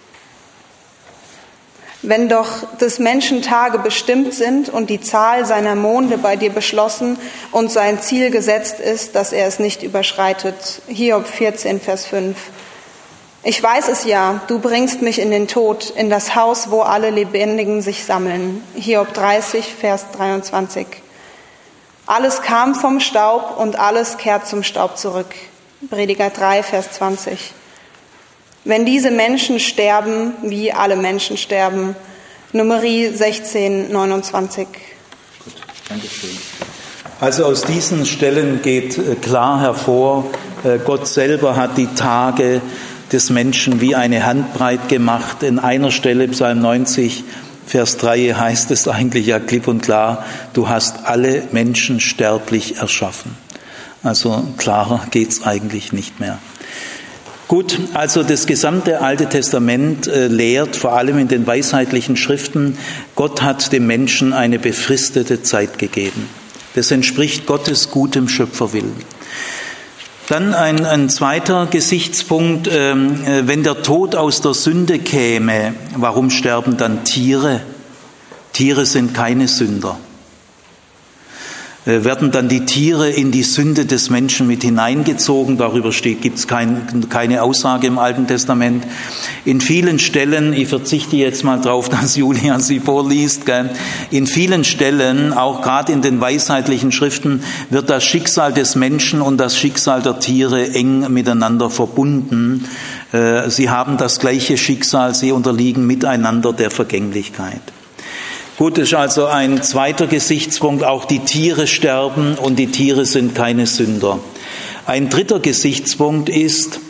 Wenn doch des Menschen Tage bestimmt sind und die Zahl seiner Monde bei dir beschlossen und sein Ziel gesetzt ist, dass er es nicht überschreitet. Hiob vierzehn, Vers fünf. Ich weiß es ja, du bringst mich in den Tod, in das Haus, wo alle Lebendigen sich sammeln. Hiob dreißig, Vers dreiundzwanzig. Alles kam vom Staub und alles kehrt zum Staub zurück. Prediger drei, Vers zwanzig. Wenn diese Menschen sterben, wie alle Menschen sterben. Numeri sechzehn, neunundzwanzig. Gut, danke schön. Also aus diesen Stellen geht klar hervor, Gott selber hat die Tage des Menschen wie eine Handbreit gemacht. In einer Stelle, Psalm neunzig, Vers drei, heißt es eigentlich ja klipp und klar, du hast alle Menschen sterblich erschaffen. Also klarer geht's eigentlich nicht mehr. Gut, also das gesamte Alte Testament äh, lehrt, vor allem in den weisheitlichen Schriften, Gott hat dem Menschen eine befristete Zeit gegeben. Das entspricht Gottes gutem Schöpferwillen. Dann ein, ein zweiter Gesichtspunkt, äh, wenn der Tod aus der Sünde käme, warum sterben dann Tiere? Tiere sind keine Sünder. werden dann die Tiere in die Sünde des Menschen mit hineingezogen. Darüber gibt es kein, keine Aussage im Alten Testament. In vielen Stellen, ich verzichte jetzt mal drauf, dass Julia sie vorliest, gell? In vielen Stellen, auch gerade in den weisheitlichen Schriften, wird das Schicksal des Menschen und das Schicksal der Tiere eng miteinander verbunden. Sie haben das gleiche Schicksal, sie unterliegen miteinander der Vergänglichkeit. Gut, das ist also ein zweiter Gesichtspunkt. Auch die Tiere sterben und die Tiere sind keine Sünder. Ein dritter Gesichtspunkt ist,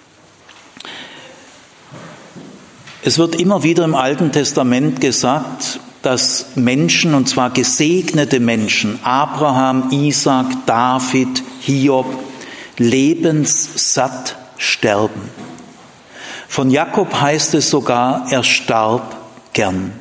es wird immer wieder im Alten Testament gesagt, dass Menschen, und zwar gesegnete Menschen, Abraham, Isaac, David, Hiob, lebenssatt sterben. Von Jakob heißt es sogar, er starb gern.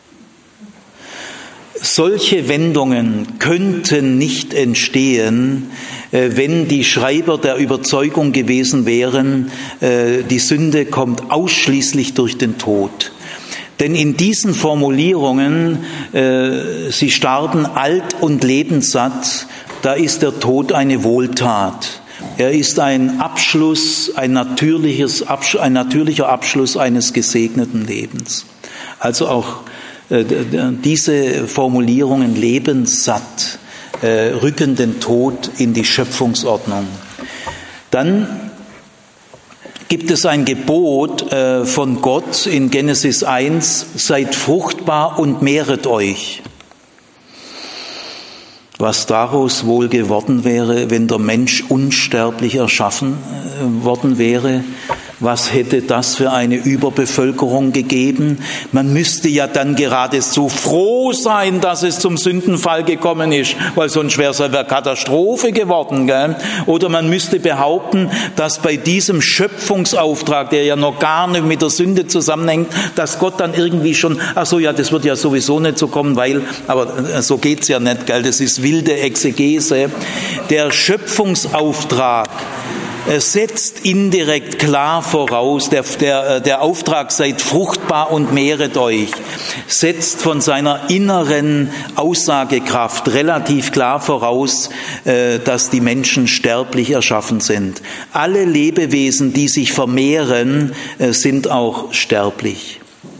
Solche Wendungen könnten nicht entstehen, wenn die Schreiber der Überzeugung gewesen wären, die Sünde kommt ausschließlich durch den Tod. Denn in diesen Formulierungen, sie starben alt und lebenssatt, da ist der Tod eine Wohltat. Er ist ein Abschluss, ein, natürliches, ein natürlicher Abschluss eines gesegneten Lebens. Also auch diese Formulierungen lebenssatt rücken den Tod in die Schöpfungsordnung. Dann gibt es ein Gebot von Gott in Genesis eins, seid fruchtbar und mehret euch. Was daraus wohl geworden wäre, wenn der Mensch unsterblich erschaffen worden wäre? Was hätte das für eine Überbevölkerung gegeben? Man müsste ja dann geradezu froh sein, dass es zum Sündenfall gekommen ist, weil sonst wäre es eine Katastrophe geworden. Gell? Oder man müsste behaupten, dass bei diesem Schöpfungsauftrag, der ja noch gar nicht mit der Sünde zusammenhängt, dass Gott dann irgendwie schon, ach so, ja, das wird ja sowieso nicht so kommen, weil, aber so geht's ja nicht, gell? Das ist wilde Exegese. Der Schöpfungsauftrag setzt indirekt klar voraus, der, der, der Auftrag seid fruchtbar und mehret euch, setzt von seiner inneren Aussagekraft relativ klar voraus, dass die Menschen sterblich erschaffen sind. Alle Lebewesen, die sich vermehren, sind auch sterblich.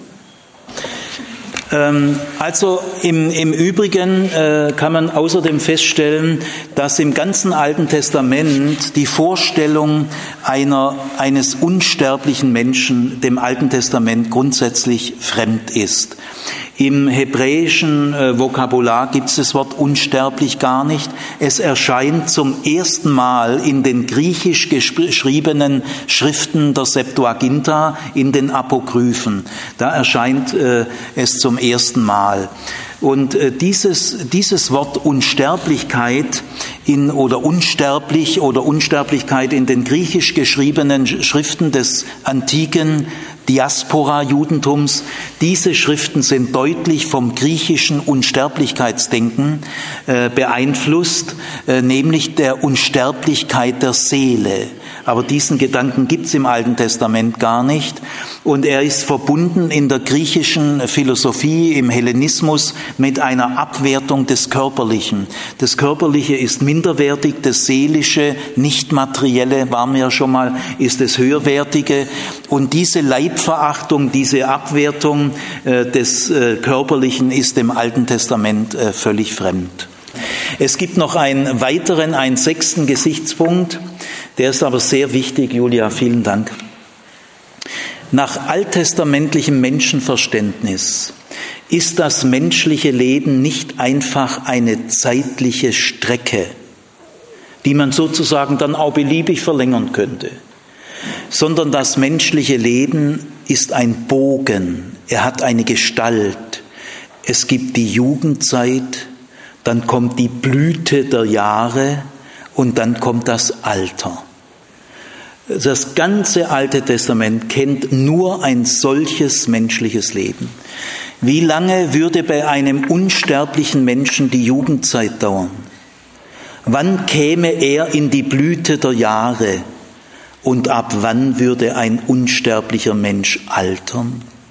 Also im, im Übrigen äh, kann man außerdem feststellen, dass im ganzen Alten Testament die Vorstellung einer, eines unsterblichen Menschen dem Alten Testament grundsätzlich fremd ist. Im hebräischen äh, Vokabular gibt es das Wort unsterblich gar nicht. Es erscheint zum ersten Mal in den griechisch geschriebenen Schriften der Septuaginta, in den Apokryphen. Da erscheint äh, es zum ersten Mal. Und äh, dieses, dieses Wort Unsterblichkeit in, oder unsterblich oder Unsterblichkeit in den griechisch geschriebenen Schriften des antiken Diaspora-Judentums, diese Schriften sind deutlich vom griechischen Unsterblichkeitsdenken äh, beeinflusst, äh, nämlich der Unsterblichkeit der Seele. Aber diesen Gedanken gibt es im Alten Testament gar nicht. Und er ist verbunden in der griechischen Philosophie, im Hellenismus, mit einer Abwertung des Körperlichen. Das Körperliche ist minderwertig, das Seelische, Nicht-Materielle, waren wir ja schon mal, ist das Höherwertige. Und diese Leibverachtung, diese Abwertung äh, des äh, Körperlichen ist dem Alten Testament äh, völlig fremd. Es gibt noch einen weiteren, einen sechsten Gesichtspunkt, der ist aber sehr wichtig. Julia, vielen Dank. Nach alttestamentlichem Menschenverständnis ist das menschliche Leben nicht einfach eine zeitliche Strecke, die man sozusagen dann auch beliebig verlängern könnte, sondern das menschliche Leben ist ein Bogen, er hat eine Gestalt. Es gibt die Jugendzeit, dann kommt die Blüte der Jahre und dann kommt das Alter. Das ganze Alte Testament kennt nur ein solches menschliches Leben. Wie lange würde bei einem unsterblichen Menschen die Jugendzeit dauern? Wann käme er in die Blüte der Jahre? Und ab wann würde ein unsterblicher Mensch altern?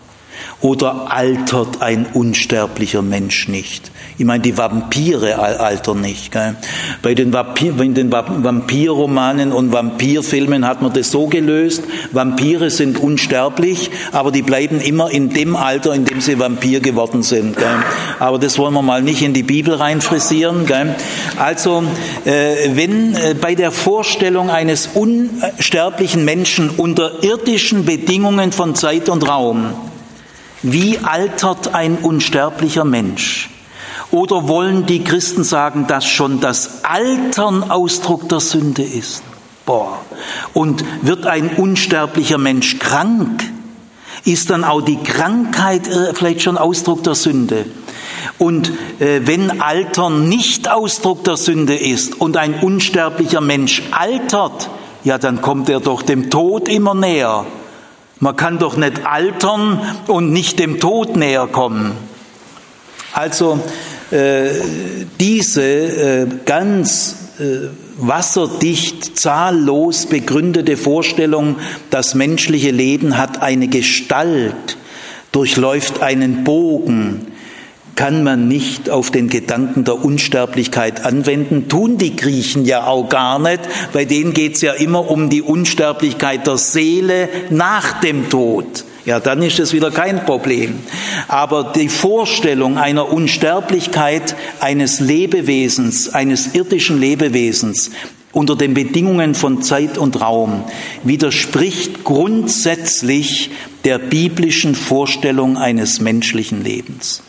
Oder altert ein unsterblicher Mensch nicht? Ich meine, die Vampire altern nicht. Gell? Bei den, Vampir, in den Vampirromanen und Vampirfilmen hat man das so gelöst, Vampire sind unsterblich, aber die bleiben immer in dem Alter, in dem sie Vampir geworden sind. Gell? Aber das wollen wir mal nicht in die Bibel reinfrisieren. Gell? Also, äh, wenn äh, bei der Vorstellung eines unsterblichen Menschen unter irdischen Bedingungen von Zeit und Raum, wie altert ein unsterblicher Mensch? Oder wollen die Christen sagen, dass schon das Altern Ausdruck der Sünde ist? Boah. Und wird ein unsterblicher Mensch krank? Ist dann auch die Krankheit vielleicht schon Ausdruck der Sünde? Und äh, wenn Altern nicht Ausdruck der Sünde ist und ein unsterblicher Mensch altert, ja, dann kommt er doch dem Tod immer näher. Man kann doch nicht altern und nicht dem Tod näher kommen. Also äh, diese äh, ganz äh, wasserdicht, zahllos begründete Vorstellung, das menschliche Leben hat eine Gestalt, durchläuft einen Bogen, kann man nicht auf den Gedanken der Unsterblichkeit anwenden. Tun die Griechen ja auch gar nicht. Bei denen geht es ja immer um die Unsterblichkeit der Seele nach dem Tod. Ja, dann ist es wieder kein Problem. Aber die Vorstellung einer Unsterblichkeit eines Lebewesens, eines irdischen Lebewesens, unter den Bedingungen von Zeit und Raum, widerspricht grundsätzlich der biblischen Vorstellung eines menschlichen Lebens.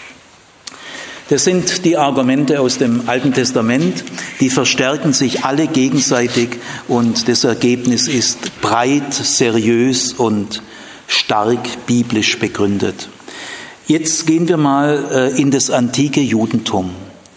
Das sind die Argumente aus dem Alten Testament, die verstärken sich alle gegenseitig und das Ergebnis ist breit, seriös und stark biblisch begründet. Jetzt gehen wir mal in das antike Judentum.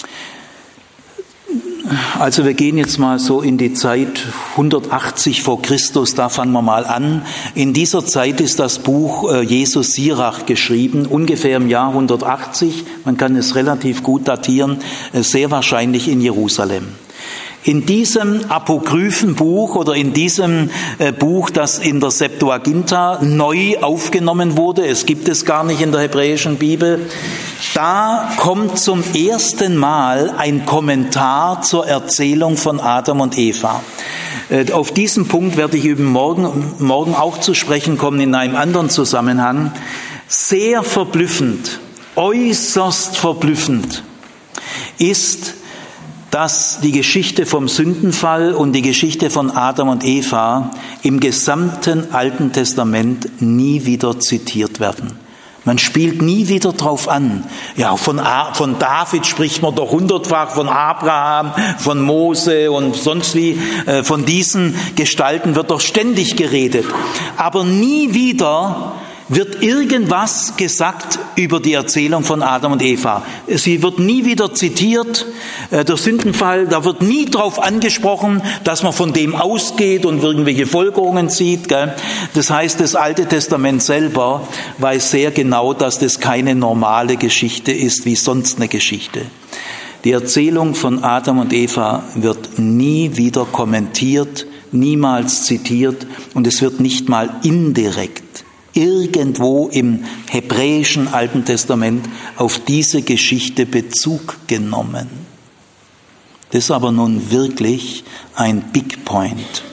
Also wir gehen jetzt mal so in die Zeit hundertachtzig vor Christus, da fangen wir mal an. In dieser Zeit ist das Buch Jesus Sirach geschrieben, ungefähr im Jahr hundertachtzig. Man kann es relativ gut datieren, sehr wahrscheinlich in Jerusalem. In diesem apokryphen Buch oder in diesem äh, Buch, das in der Septuaginta neu aufgenommen wurde, es gibt es gar nicht in der hebräischen Bibel, da kommt zum ersten Mal ein Kommentar zur Erzählung von Adam und Eva. Äh, auf diesen Punkt werde ich üben morgen, morgen auch zu sprechen kommen in einem anderen Zusammenhang. Sehr verblüffend, äußerst verblüffend ist, dass die Geschichte vom Sündenfall und die Geschichte von Adam und Eva im gesamten Alten Testament nie wieder zitiert werden. Man spielt nie wieder drauf an. Ja, von, von David spricht man doch hundertfach, von Abraham, von Mose und sonst wie. Von diesen Gestalten wird doch ständig geredet. Aber nie wieder wird irgendwas gesagt über die Erzählung von Adam und Eva. Sie wird nie wieder zitiert, der Sündenfall, da wird nie drauf angesprochen, dass man von dem ausgeht und irgendwelche Folgerungen zieht. Gell? Das heißt, das Alte Testament selber weiß sehr genau, dass das keine normale Geschichte ist, wie sonst eine Geschichte. Die Erzählung von Adam und Eva wird nie wieder kommentiert, niemals zitiert und es wird nicht mal indirekt irgendwo im hebräischen Alten Testament auf diese Geschichte Bezug genommen. Das ist aber nun wirklich ein Big Point.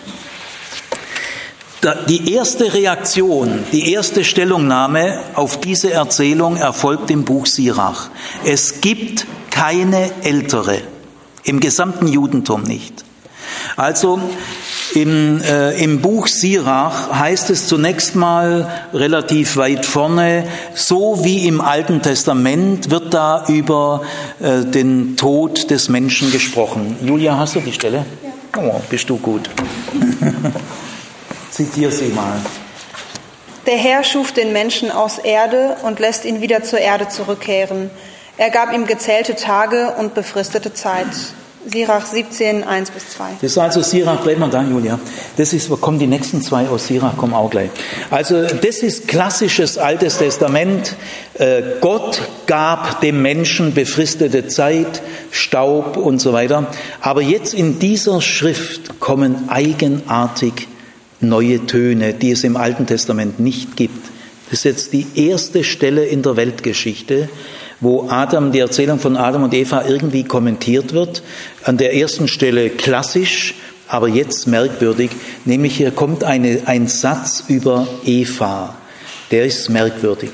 Die erste Reaktion, die erste Stellungnahme auf diese Erzählung erfolgt im Buch Sirach. Es gibt keine ältere, im gesamten Judentum nicht. Also im, äh, im Buch Sirach heißt es zunächst mal relativ weit vorne, so wie im Alten Testament wird da über äh, den Tod des Menschen gesprochen. Julia, hast du die Stelle? Ja. Oh, bist du gut. Zitiere sie mal. Der Herr schuf den Menschen aus Erde und lässt ihn wieder zur Erde zurückkehren. Er gab ihm gezählte Tage und befristete Zeit. Sirach siebzehn, eins bis zwei. Das ist also Sirach, bleib mal da, Julia. Das ist, kommen die nächsten zwei aus Sirach, kommen auch gleich. Also das ist klassisches Altes Testament. Gott gab dem Menschen befristete Zeit, Staub und so weiter. Aber jetzt in dieser Schrift kommen eigenartig neue Töne, die es im Alten Testament nicht gibt. Das ist jetzt die erste Stelle in der Weltgeschichte, wo Adam, die Erzählung von Adam und Eva irgendwie kommentiert wird. An der ersten Stelle klassisch, aber jetzt merkwürdig, nämlich hier kommt eine, ein Satz über Eva. Der ist merkwürdig.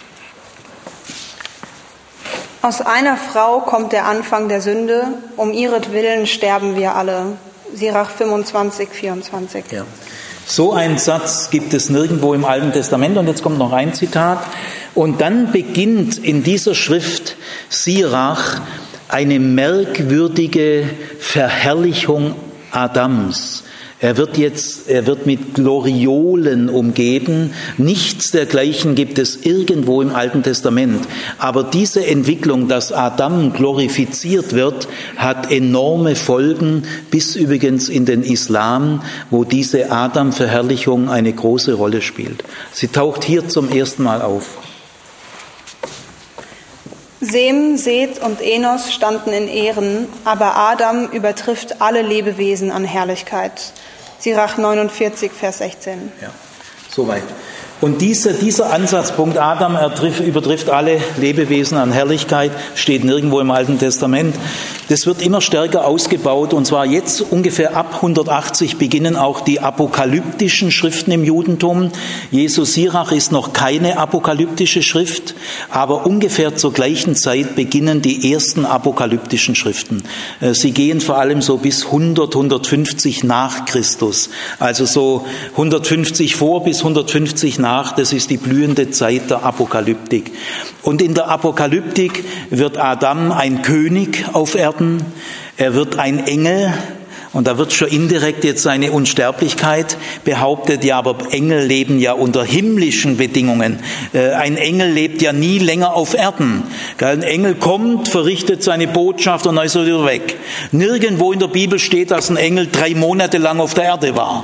Aus einer Frau kommt der Anfang der Sünde, um ihretwillen sterben wir alle. Sirach fünfundzwanzig, vierundzwanzig. Ja. So einen Satz gibt es nirgendwo im Alten Testament. Und jetzt kommt noch ein Zitat. Und dann beginnt in dieser Schrift Sirach eine merkwürdige Verherrlichung Adams. Er wird jetzt, er wird mit Gloriolen umgeben. Nichts dergleichen gibt es irgendwo im Alten Testament. Aber diese Entwicklung, dass Adam glorifiziert wird, hat enorme Folgen, bis übrigens in den Islam, wo diese Adam-Verherrlichung eine große Rolle spielt. Sie taucht hier zum ersten Mal auf. Sem, Seth und Enos standen in Ehren, aber Adam übertrifft alle Lebewesen an Herrlichkeit. Sirach neunundvierzig, Vers sechzehn. Ja, soweit. Und dieser, dieser Ansatzpunkt, Adam ertriff, übertrifft alle Lebewesen an Herrlichkeit, steht nirgendwo im Alten Testament. Das wird immer stärker ausgebaut, und zwar jetzt ungefähr ab hundertachtzig beginnen auch die apokalyptischen Schriften im Judentum. Jesu Sirach ist noch keine apokalyptische Schrift, aber ungefähr zur gleichen Zeit beginnen die ersten apokalyptischen Schriften. Sie gehen vor allem so bis hundert, hundertfünfzig nach Christus, also so hundertfünfzig vor bis hundertfünfzig nach. Das ist die blühende Zeit der Apokalyptik. Und in der Apokalyptik wird Adam ein König auf Erden, er wird ein Engel, und da wird schon indirekt jetzt seine Unsterblichkeit behauptet, ja, aber Engel leben ja unter himmlischen Bedingungen. Ein Engel lebt ja nie länger auf Erden. Ein Engel kommt, verrichtet seine Botschaft und dann ist er wieder weg. Nirgendwo in der Bibel steht, dass ein Engel drei Monate lang auf der Erde war.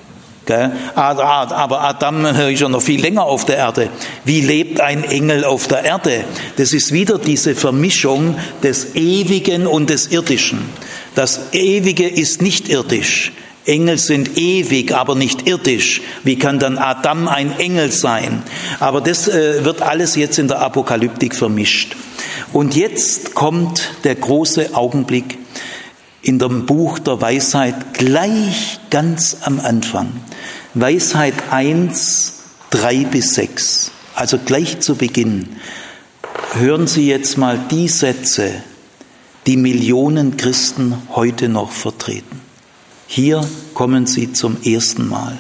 Aber Adam ist ja noch viel länger auf der Erde. Wie lebt ein Engel auf der Erde? Das ist wieder diese Vermischung des Ewigen und des Irdischen. Das Ewige ist nicht irdisch. Engel sind ewig, aber nicht irdisch. Wie kann dann Adam ein Engel sein? Aber das wird alles jetzt in der Apokalyptik vermischt. Und jetzt kommt der große Augenblick in dem Buch der Weisheit, gleich ganz am Anfang. Weisheit eins, drei bis sechs, also gleich zu Beginn. Hören Sie jetzt mal die Sätze, die Millionen Christen heute noch vertreten. Hier kommen sie zum ersten Mal.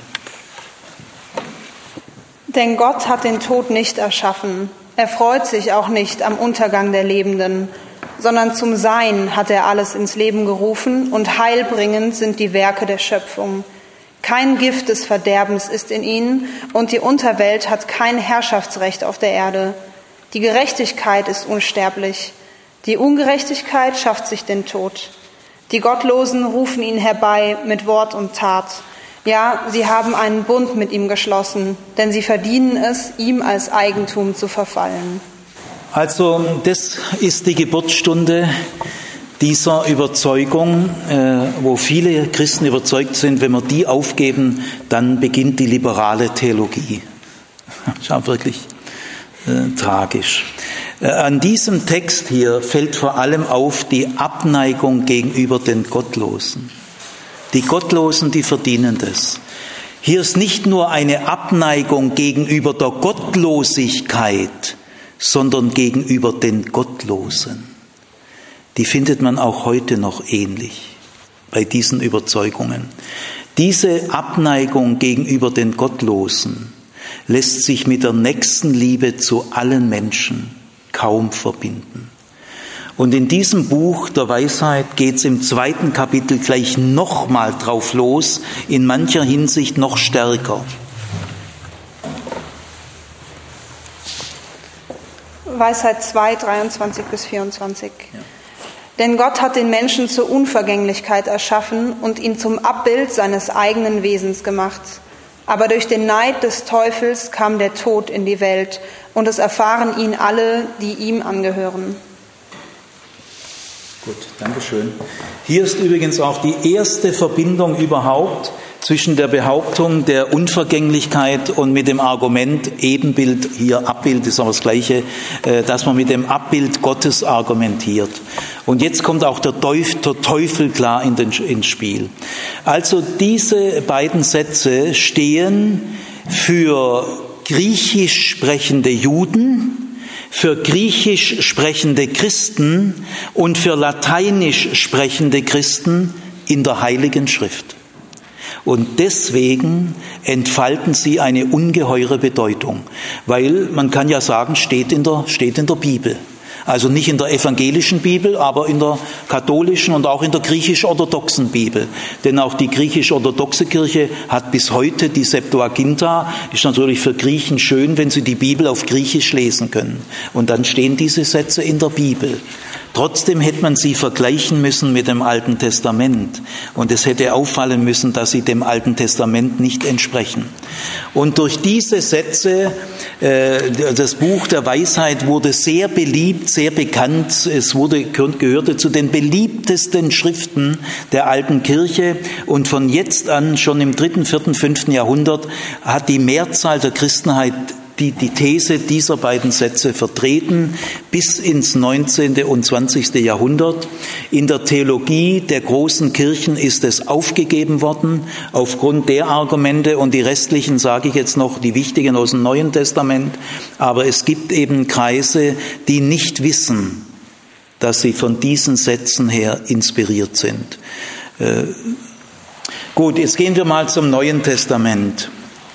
Denn Gott hat den Tod nicht erschaffen. Er freut sich auch nicht am Untergang der Lebenden, sondern zum Sein hat er alles ins Leben gerufen und heilbringend sind die Werke der Schöpfung. Kein Gift des Verderbens ist in ihnen und die Unterwelt hat kein Herrschaftsrecht auf der Erde. Die Gerechtigkeit ist unsterblich. Die Ungerechtigkeit schafft sich den Tod. Die Gottlosen rufen ihn herbei mit Wort und Tat. Ja, sie haben einen Bund mit ihm geschlossen, denn sie verdienen es, ihm als Eigentum zu verfallen. Also das ist die Geburtsstunde dieser Überzeugung, wo viele Christen überzeugt sind, wenn wir die aufgeben, dann beginnt die liberale Theologie. Das ist auch wirklich äh, tragisch. An diesem Text hier fällt vor allem auf die Abneigung gegenüber den Gottlosen. Die Gottlosen, die verdienen das. Hier ist nicht nur eine Abneigung gegenüber der Gottlosigkeit, sondern gegenüber den Gottlosen. Die findet man auch heute noch ähnlich bei diesen Überzeugungen. Diese Abneigung gegenüber den Gottlosen lässt sich mit der Nächstenliebe zu allen Menschen kaum verbinden. Und in diesem Buch der Weisheit geht es im zweiten Kapitel gleich nochmal drauf los, in mancher Hinsicht noch stärker. Weisheit zwei, dreiundzwanzig bis vierundzwanzig. Ja. Denn Gott hat den Menschen zur Unvergänglichkeit erschaffen und ihn zum Abbild seines eigenen Wesens gemacht. Aber durch den Neid des Teufels kam der Tod in die Welt und es erfahren ihn alle, die ihm angehören. Gut, danke schön. Hier ist übrigens auch die erste Verbindung überhaupt zwischen der Behauptung der Unvergänglichkeit und mit dem Argument Ebenbild, hier Abbild ist aber das Gleiche, dass man mit dem Abbild Gottes argumentiert. Und jetzt kommt auch der Teufel klar in den, ins Spiel. Also diese beiden Sätze stehen für griechisch sprechende Juden, für griechisch sprechende Christen und für lateinisch sprechende Christen in der Heiligen Schrift. Und deswegen entfalten sie eine ungeheure Bedeutung, weil man kann ja sagen, steht in der, steht in der Bibel. Also nicht in der evangelischen Bibel, aber in der katholischen und auch in der griechisch-orthodoxen Bibel. Denn auch die griechisch-orthodoxe Kirche hat bis heute die Septuaginta. Ist natürlich für Griechen schön, wenn sie die Bibel auf Griechisch lesen können. Und dann stehen diese Sätze in der Bibel. Trotzdem hätte man sie vergleichen müssen mit dem Alten Testament. Und es hätte auffallen müssen, dass sie dem Alten Testament nicht entsprechen. Und durch diese Sätze, äh, das Buch der Weisheit wurde sehr beliebt, sehr bekannt. Es wurde, gehörte zu den beliebtesten Schriften der alten Kirche. Und von jetzt an, schon im dritten, vierten, fünften Jahrhundert, hat die Mehrzahl der Christenheit die die These dieser beiden Sätze vertreten bis ins neunzehnten und zwanzigsten Jahrhundert. In der Theologie der großen Kirchen ist es aufgegeben worden aufgrund der Argumente, und die restlichen sage ich jetzt noch, die wichtigen aus dem Neuen Testament. Aber es gibt eben Kreise, die nicht wissen, dass sie von diesen Sätzen her inspiriert sind. Äh, gut, jetzt gehen wir mal zum Neuen Testament.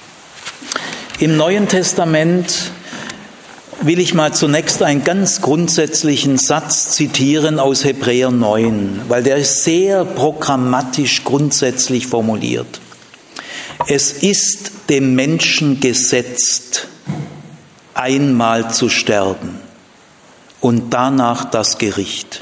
Im Neuen Testament will ich mal zunächst einen ganz grundsätzlichen Satz zitieren aus Hebräer neun, weil der ist sehr programmatisch grundsätzlich formuliert. Es ist dem Menschen gesetzt, einmal zu sterben und danach das Gericht.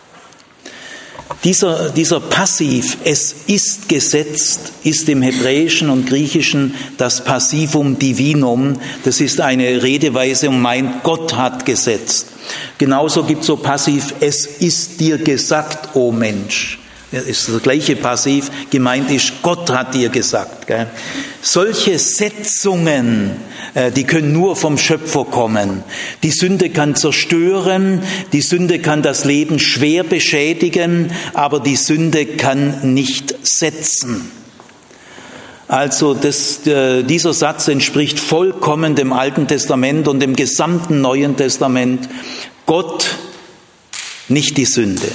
Dieser, dieser Passiv, es ist gesetzt, ist im Hebräischen und Griechischen das Passivum Divinum. Das ist eine Redeweise und meint, Gott hat gesetzt. Genauso gibt es so Passiv, es ist dir gesagt, o Mensch. Das ist das gleiche Passiv, gemeint ist, Gott hat dir gesagt. Gell? Solche Setzungen, äh, die können nur vom Schöpfer kommen. Die Sünde kann zerstören, die Sünde kann das Leben schwer beschädigen, aber die Sünde kann nicht setzen. Also das, äh, dieser Satz entspricht vollkommen dem Alten Testament und dem gesamten Neuen Testament. Gott, nicht die Sünde.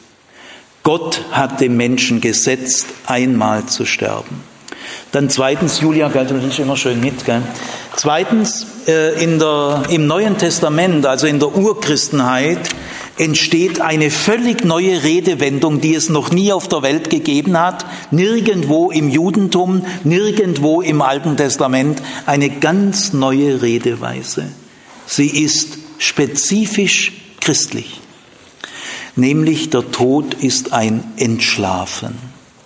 Gott hat dem Menschen gesetzt, einmal zu sterben. Dann zweitens, Julia, gell, du nimmst immer schön mit, gell? Zweitens, äh, in der, im Neuen Testament, also in der Urchristenheit, entsteht eine völlig neue Redewendung, die es noch nie auf der Welt gegeben hat, nirgendwo im Judentum, nirgendwo im Alten Testament, eine ganz neue Redeweise. Sie ist spezifisch christlich. Nämlich der Tod ist ein Entschlafen.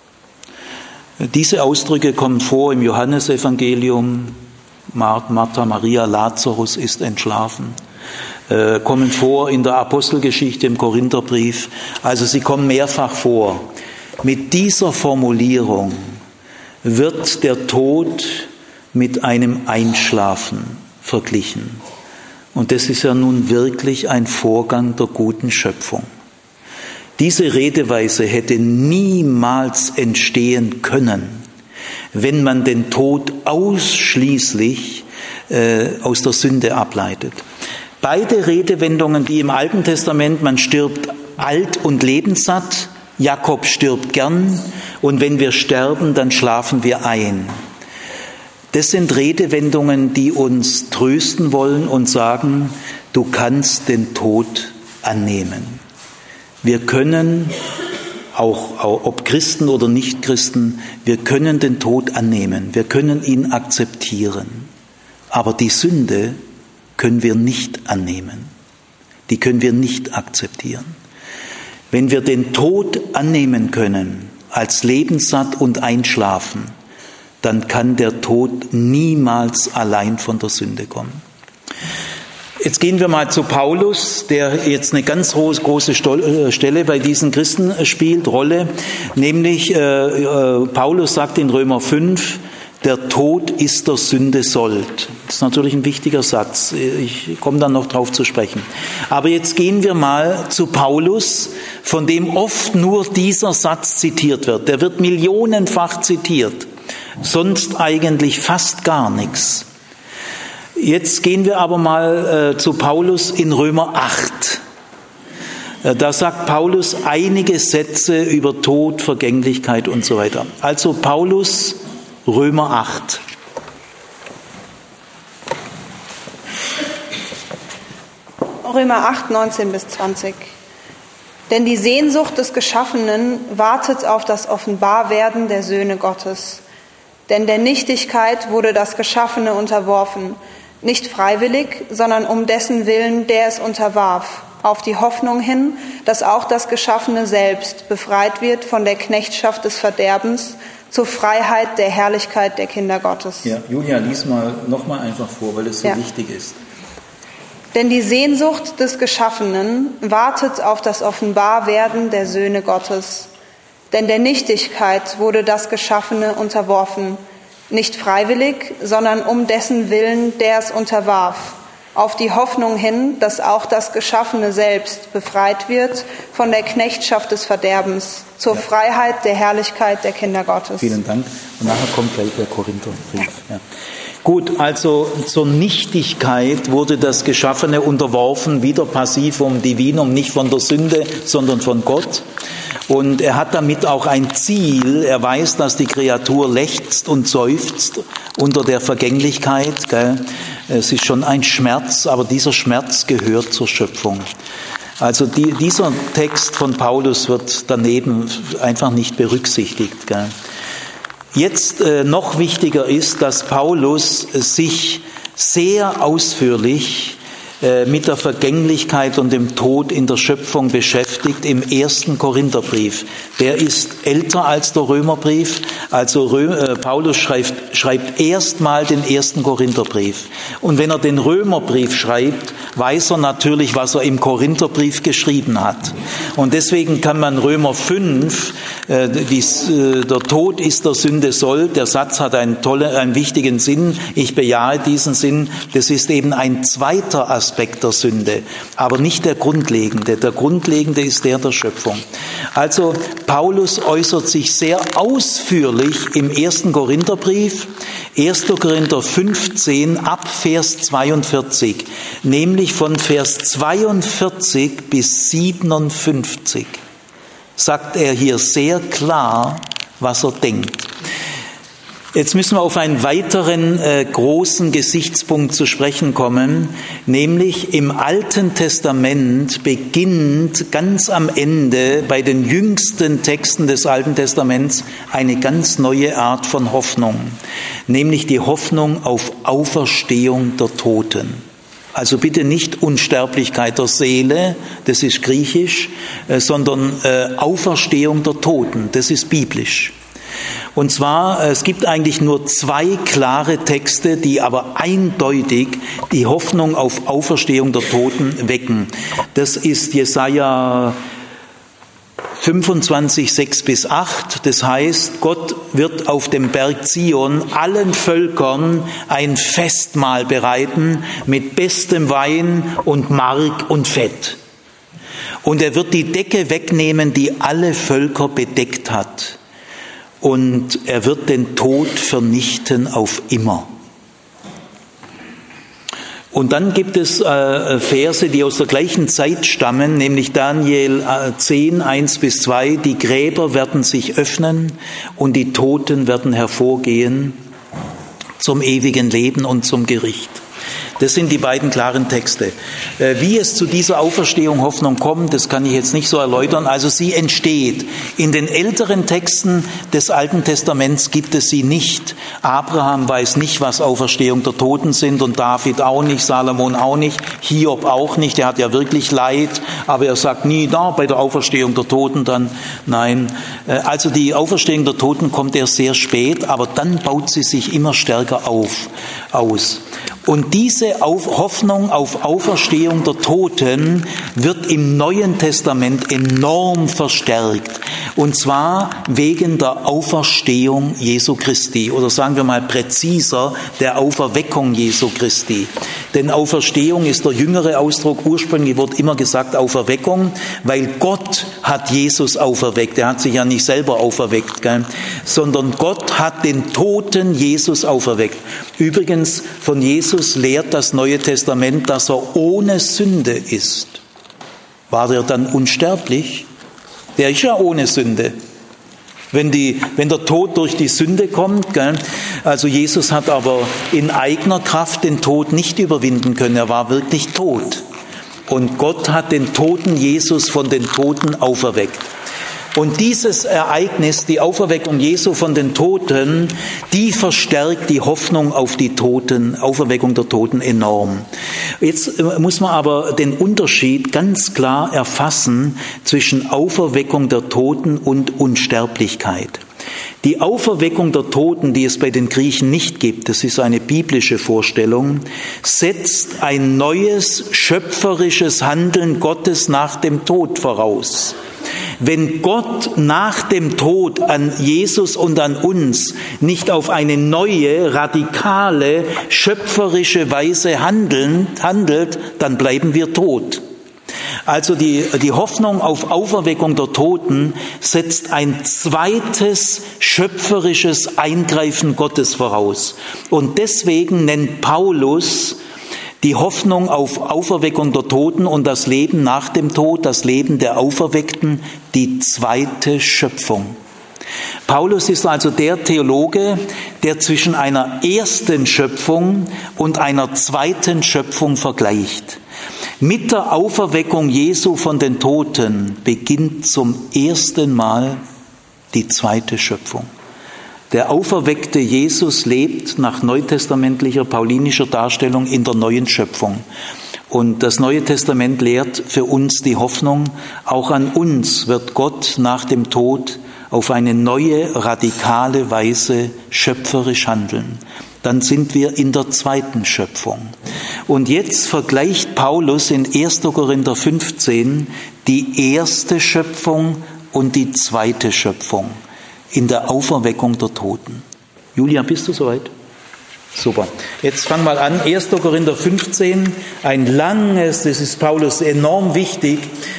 Diese Ausdrücke kommen vor im Johannesevangelium. Martha, Maria, Lazarus ist entschlafen. Äh, kommen vor in der Apostelgeschichte, im Korintherbrief. Also sie kommen mehrfach vor. Mit dieser Formulierung wird der Tod mit einem Einschlafen verglichen. Und das ist ja nun wirklich ein Vorgang der guten Schöpfung. Diese Redeweise hätte niemals entstehen können, wenn man den Tod ausschließlich äh, aus der Sünde ableitet. Beide Redewendungen, die im Alten Testament, man stirbt alt und lebenssatt, Jakob stirbt gern, und wenn wir sterben, dann schlafen wir ein. Das sind Redewendungen, die uns trösten wollen und sagen, du kannst den Tod annehmen. Wir können, auch, auch ob Christen oder Nicht-Christen, wir können den Tod annehmen, wir können ihn akzeptieren. Aber die Sünde können wir nicht annehmen, die können wir nicht akzeptieren. Wenn wir den Tod annehmen können, als lebenssatt und einschlafen, dann kann der Tod niemals allein von der Sünde kommen. Jetzt gehen wir mal zu Paulus, der jetzt eine ganz große Stelle bei diesen Christen spielt, Rolle. Nämlich äh, äh, Paulus sagt in Römer fünf, der Tod ist der Sünde Sold. Das ist natürlich ein wichtiger Satz. Ich komme dann noch drauf zu sprechen. Aber jetzt gehen wir mal zu Paulus, von dem oft nur dieser Satz zitiert wird. Der wird millionenfach zitiert, sonst eigentlich fast gar nichts. Jetzt gehen wir aber mal äh, zu Paulus in Römer acht. Äh, da sagt Paulus einige Sätze über Tod, Vergänglichkeit und so weiter. Also Paulus, Römer acht. Römer acht, neunzehn bis zwanzig. Denn die Sehnsucht des Geschaffenen wartet auf das Offenbarwerden der Söhne Gottes. Denn der Nichtigkeit wurde das Geschaffene unterworfen, nicht freiwillig, sondern um dessen Willen, der es unterwarf, auf die Hoffnung hin, dass auch das Geschaffene selbst befreit wird von der Knechtschaft des Verderbens zur Freiheit der Herrlichkeit der Kinder Gottes. Ja, Julia, lies mal nochmal einfach vor, weil es so ja. wichtig ist. Denn die Sehnsucht des Geschaffenen wartet auf das Offenbarwerden der Söhne Gottes. Denn der Nichtigkeit wurde das Geschaffene unterworfen, nicht freiwillig, sondern um dessen Willen, der es unterwarf, auf die Hoffnung hin, dass auch das Geschaffene selbst befreit wird von der Knechtschaft des Verderbens zur ja. Freiheit der Herrlichkeit der Kinder Gottes. Vielen Dank. Und nachher kommt gleich der Korintherbrief. Ja. Gut, also zur Nichtigkeit wurde das Geschaffene unterworfen, wieder Passivum Divinum, nicht von der Sünde, sondern von Gott. Und er hat damit auch ein Ziel. Er weiß, dass die Kreatur lechzt und seufzt unter der Vergänglichkeit. Gell? Es ist schon ein Schmerz, aber dieser Schmerz gehört zur Schöpfung. Also die, dieser Text von Paulus wird daneben einfach nicht berücksichtigt. Gell? Jetzt äh, noch wichtiger ist, dass Paulus äh, sich sehr ausführlich äh, mit der Vergänglichkeit und dem Tod in der Schöpfung beschäftigt im ersten Korintherbrief. Der ist älter als der Römerbrief, also Rö- äh, Paulus schreibt, schreibt erstmal den ersten Korintherbrief. Und wenn er den Römerbrief schreibt, weiß er natürlich, was er im Korintherbrief geschrieben hat. Und deswegen kann man Römer fünf, äh, dies, äh, der Tod ist der Sünde Sold, der Satz hat einen tollen, einen wichtigen Sinn, ich bejahe diesen Sinn, das ist eben ein zweiter Aspekt der Sünde, aber nicht der grundlegende. Der grundlegende ist der der Schöpfung. Also Paulus äußert sich sehr ausführlich im ersten Korintherbrief, erster Korinther fünfzehn ab Vers zweiundvierzig, nämlich von Vers zweiundvierzig bis siebenundfünfzig sagt er hier sehr klar, was er denkt. Jetzt müssen wir auf einen weiteren äh, großen Gesichtspunkt zu sprechen kommen, nämlich im Alten Testament beginnt ganz am Ende bei den jüngsten Texten des Alten Testaments eine ganz neue Art von Hoffnung, nämlich die Hoffnung auf Auferstehung der Toten. Also bitte nicht Unsterblichkeit der Seele, das ist griechisch, äh, sondern äh, Auferstehung der Toten, das ist biblisch. Und zwar, es gibt eigentlich nur zwei klare Texte, die aber eindeutig die Hoffnung auf Auferstehung der Toten wecken. Das ist Jesaja fünfundzwanzig, sechs bis acht. Das heißt, Gott wird auf dem Berg Zion allen Völkern ein Festmahl bereiten mit bestem Wein und Mark und Fett. Und er wird die Decke wegnehmen, die alle Völker bedeckt hat. Und er wird den Tod vernichten auf immer. Und dann gibt es äh, Verse, die aus der gleichen Zeit stammen, nämlich Daniel zehn, eins bis zwei. Die Gräber werden sich öffnen und die Toten werden hervorgehen zum ewigen Leben und zum Gericht. Das sind die beiden klaren Texte. Wie es zu dieser Auferstehung Hoffnung kommt, das kann ich jetzt nicht so erläutern. Also sie entsteht. In den älteren Texten des Alten Testaments gibt es sie nicht. Abraham weiß nicht, was Auferstehung der Toten sind und David auch nicht, Salomon auch nicht, Hiob auch nicht. Er hat ja wirklich Leid, aber er sagt nie, da bei der Auferstehung der Toten dann. Nein, also die Auferstehung der Toten kommt erst sehr spät, aber dann baut sie sich immer stärker auf, aus. Und diese Hoffnung auf Auferstehung der Toten wird im Neuen Testament enorm verstärkt. Und zwar wegen der Auferstehung Jesu Christi. Oder sagen wir mal präziser, der Auferweckung Jesu Christi. Denn Auferstehung ist der jüngere Ausdruck. Ursprünglich wird immer gesagt Auferweckung, weil Gott hat Jesus auferweckt. Er hat sich ja nicht selber auferweckt, gell? Sondern Gott hat den toten Jesus auferweckt. Übrigens, von Jesus lehrt das Neue Testament, dass er ohne Sünde ist. War er dann unsterblich? Der ist ja ohne Sünde. Wenn, die, wenn der Tod durch die Sünde kommt, gell? Also Jesus hat aber in eigener Kraft den Tod nicht überwinden können. Er war wirklich tot. Und Gott hat den toten Jesus von den Toten auferweckt. Und dieses Ereignis, die Auferweckung Jesu von den Toten, die verstärkt die Hoffnung auf die Toten, Auferweckung der Toten enorm. Jetzt muss man aber den Unterschied ganz klar erfassen zwischen Auferweckung der Toten und Unsterblichkeit. Die Auferweckung der Toten, die es bei den Griechen nicht gibt, das ist eine biblische Vorstellung, setzt ein neues schöpferisches Handeln Gottes nach dem Tod voraus. Wenn Gott nach dem Tod an Jesus und an uns nicht auf eine neue, radikale, schöpferische Weise handeln, handelt, dann bleiben wir tot. Also die, die Hoffnung auf Auferweckung der Toten setzt ein zweites schöpferisches Eingreifen Gottes voraus. Und deswegen nennt Paulus die Hoffnung auf Auferweckung der Toten und das Leben nach dem Tod, das Leben der Auferweckten, die zweite Schöpfung. Paulus ist also der Theologe, der zwischen einer ersten Schöpfung und einer zweiten Schöpfung vergleicht. Mit der Auferweckung Jesu von den Toten beginnt zum ersten Mal die zweite Schöpfung. Der auferweckte Jesus lebt nach neutestamentlicher, paulinischer Darstellung in der neuen Schöpfung. Und das Neue Testament lehrt für uns die Hoffnung, auch an uns wird Gott nach dem Tod auf eine neue, radikale Weise schöpferisch handeln. Dann sind wir in der zweiten Schöpfung. Und jetzt vergleicht Paulus in erster Korinther fünfzehn die erste Schöpfung und die zweite Schöpfung in der Auferweckung der Toten. Julia, bist du soweit? Super. Jetzt fang mal an. erster Korinther fünfzehn, ein langes, das ist Paulus enorm wichtig,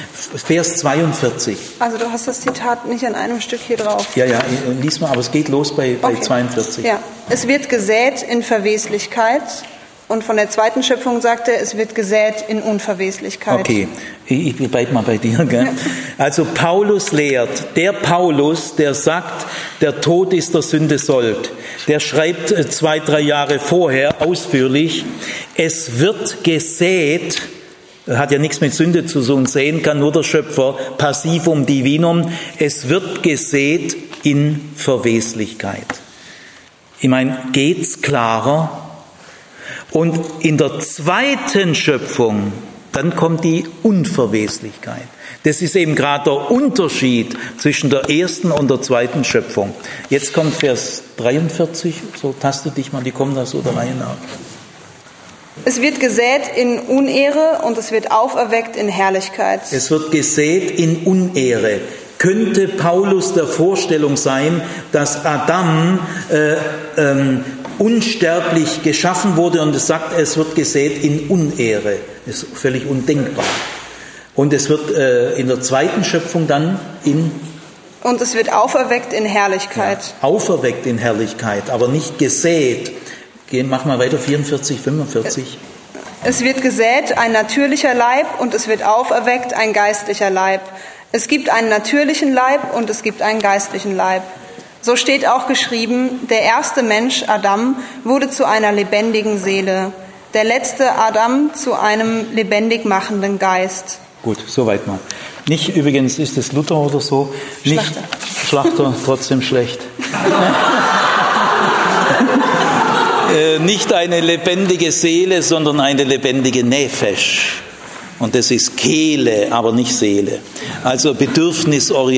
Vers zweiundvierzig. Also du hast das Zitat nicht an einem Stück hier drauf. Ja, ja, lies mal, aber es geht los bei, bei okay. zweiundvierzig. Ja. Es wird gesät in Verweslichkeit. Und von der zweiten Schöpfung sagt er, es wird gesät in Unverweslichkeit. Okay, ich, ich bleibe mal bei dir. Gell? Also Paulus lehrt, der Paulus, der sagt, der Tod ist der Sünde Sold, der schreibt zwei, drei Jahre vorher ausführlich, es wird gesät, hat ja nichts mit Sünde zu tun, sehen kann nur der Schöpfer, passivum divinum, es wird gesät in Verweslichkeit. Ich meine, geht's klarer? Und in der zweiten Schöpfung, dann kommt die Unverweslichkeit. Das ist eben gerade der Unterschied zwischen der ersten und der zweiten Schöpfung. Jetzt kommt Vers dreiundvierzig, so taste dich mal, die kommen da so der Reihe nach. Es wird gesät in Unehre und es wird auferweckt in Herrlichkeit. Es wird gesät in Unehre. Könnte Paulus der Vorstellung sein, dass Adam äh, ähm, unsterblich geschaffen wurde und es sagt, es wird gesät in Unehre. Das ist völlig undenkbar. Und es wird äh, in der zweiten Schöpfung dann in... Und es wird auferweckt in Herrlichkeit. Ja, auferweckt in Herrlichkeit, aber nicht gesät. Gehen, mach mal weiter, vierundvierzig, fünfundvierzig. Es wird gesät ein natürlicher Leib und es wird auferweckt ein geistlicher Leib. Es gibt einen natürlichen Leib und es gibt einen geistlichen Leib. So steht auch geschrieben, der erste Mensch, Adam, wurde zu einer lebendigen Seele, der letzte Adam zu einem lebendig machenden Geist. Gut, soweit mal. Nicht, übrigens ist es Luther oder so, nicht Schlachter, Schlachter trotzdem schlecht. äh, nicht eine lebendige Seele, sondern eine lebendige Nephesh. Und das ist Kehle, aber nicht Seele. Also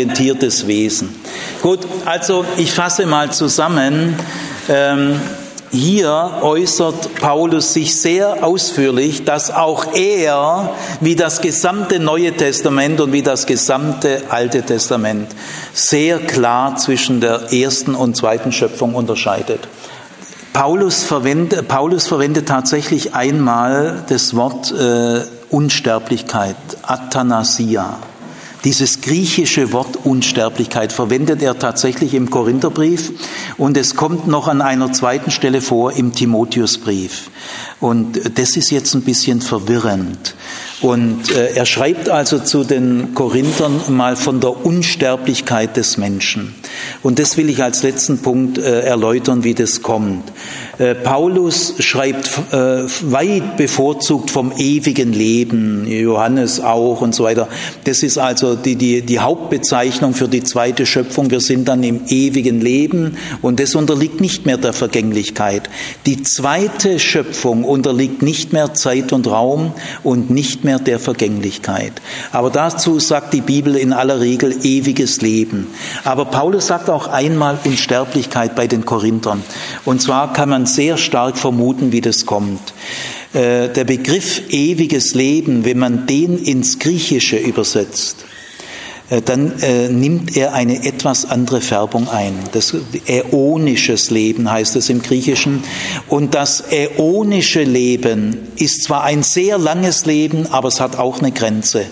bedürfnisorientiertes Wesen. Gut, also ich fasse mal zusammen. Ähm, hier äußert Paulus sich sehr ausführlich, dass auch er, wie das gesamte Neue Testament und wie das gesamte Alte Testament, sehr klar zwischen der ersten und zweiten Schöpfung unterscheidet. Paulus verwendet, Paulus verwendet tatsächlich einmal das Wort äh, Unsterblichkeit, Athanasia. Dieses griechische Wort Unsterblichkeit verwendet er tatsächlich im Korintherbrief und es kommt noch an einer zweiten Stelle vor im Timotheusbrief. Und das ist jetzt ein bisschen verwirrend. Und äh, er schreibt also zu den Korinthern mal von der Unsterblichkeit des Menschen. Und das will ich als letzten Punkt äh, erläutern, wie das kommt. Äh, Paulus schreibt äh, weit bevorzugt vom ewigen Leben, Johannes auch und so weiter. Das ist also die, die, die Hauptbezeichnung für die zweite Schöpfung. Wir sind dann im ewigen Leben und das unterliegt nicht mehr der Vergänglichkeit. Die zweite Schöpfung unterliegt nicht mehr Zeit und Raum und nicht mehr der Vergänglichkeit. Aber dazu sagt die Bibel in aller Regel ewiges Leben. Aber Paulus sagt auch einmal Unsterblichkeit bei den Korinthern. Und zwar kann man sehr stark vermuten, wie das kommt. Der Begriff ewiges Leben, wenn man den ins Griechische übersetzt, dann äh, nimmt er eine etwas andere Färbung ein. Das äonisches Leben heißt es im Griechischen. Und das äonische Leben ist zwar ein sehr langes Leben, aber es hat auch eine Grenze.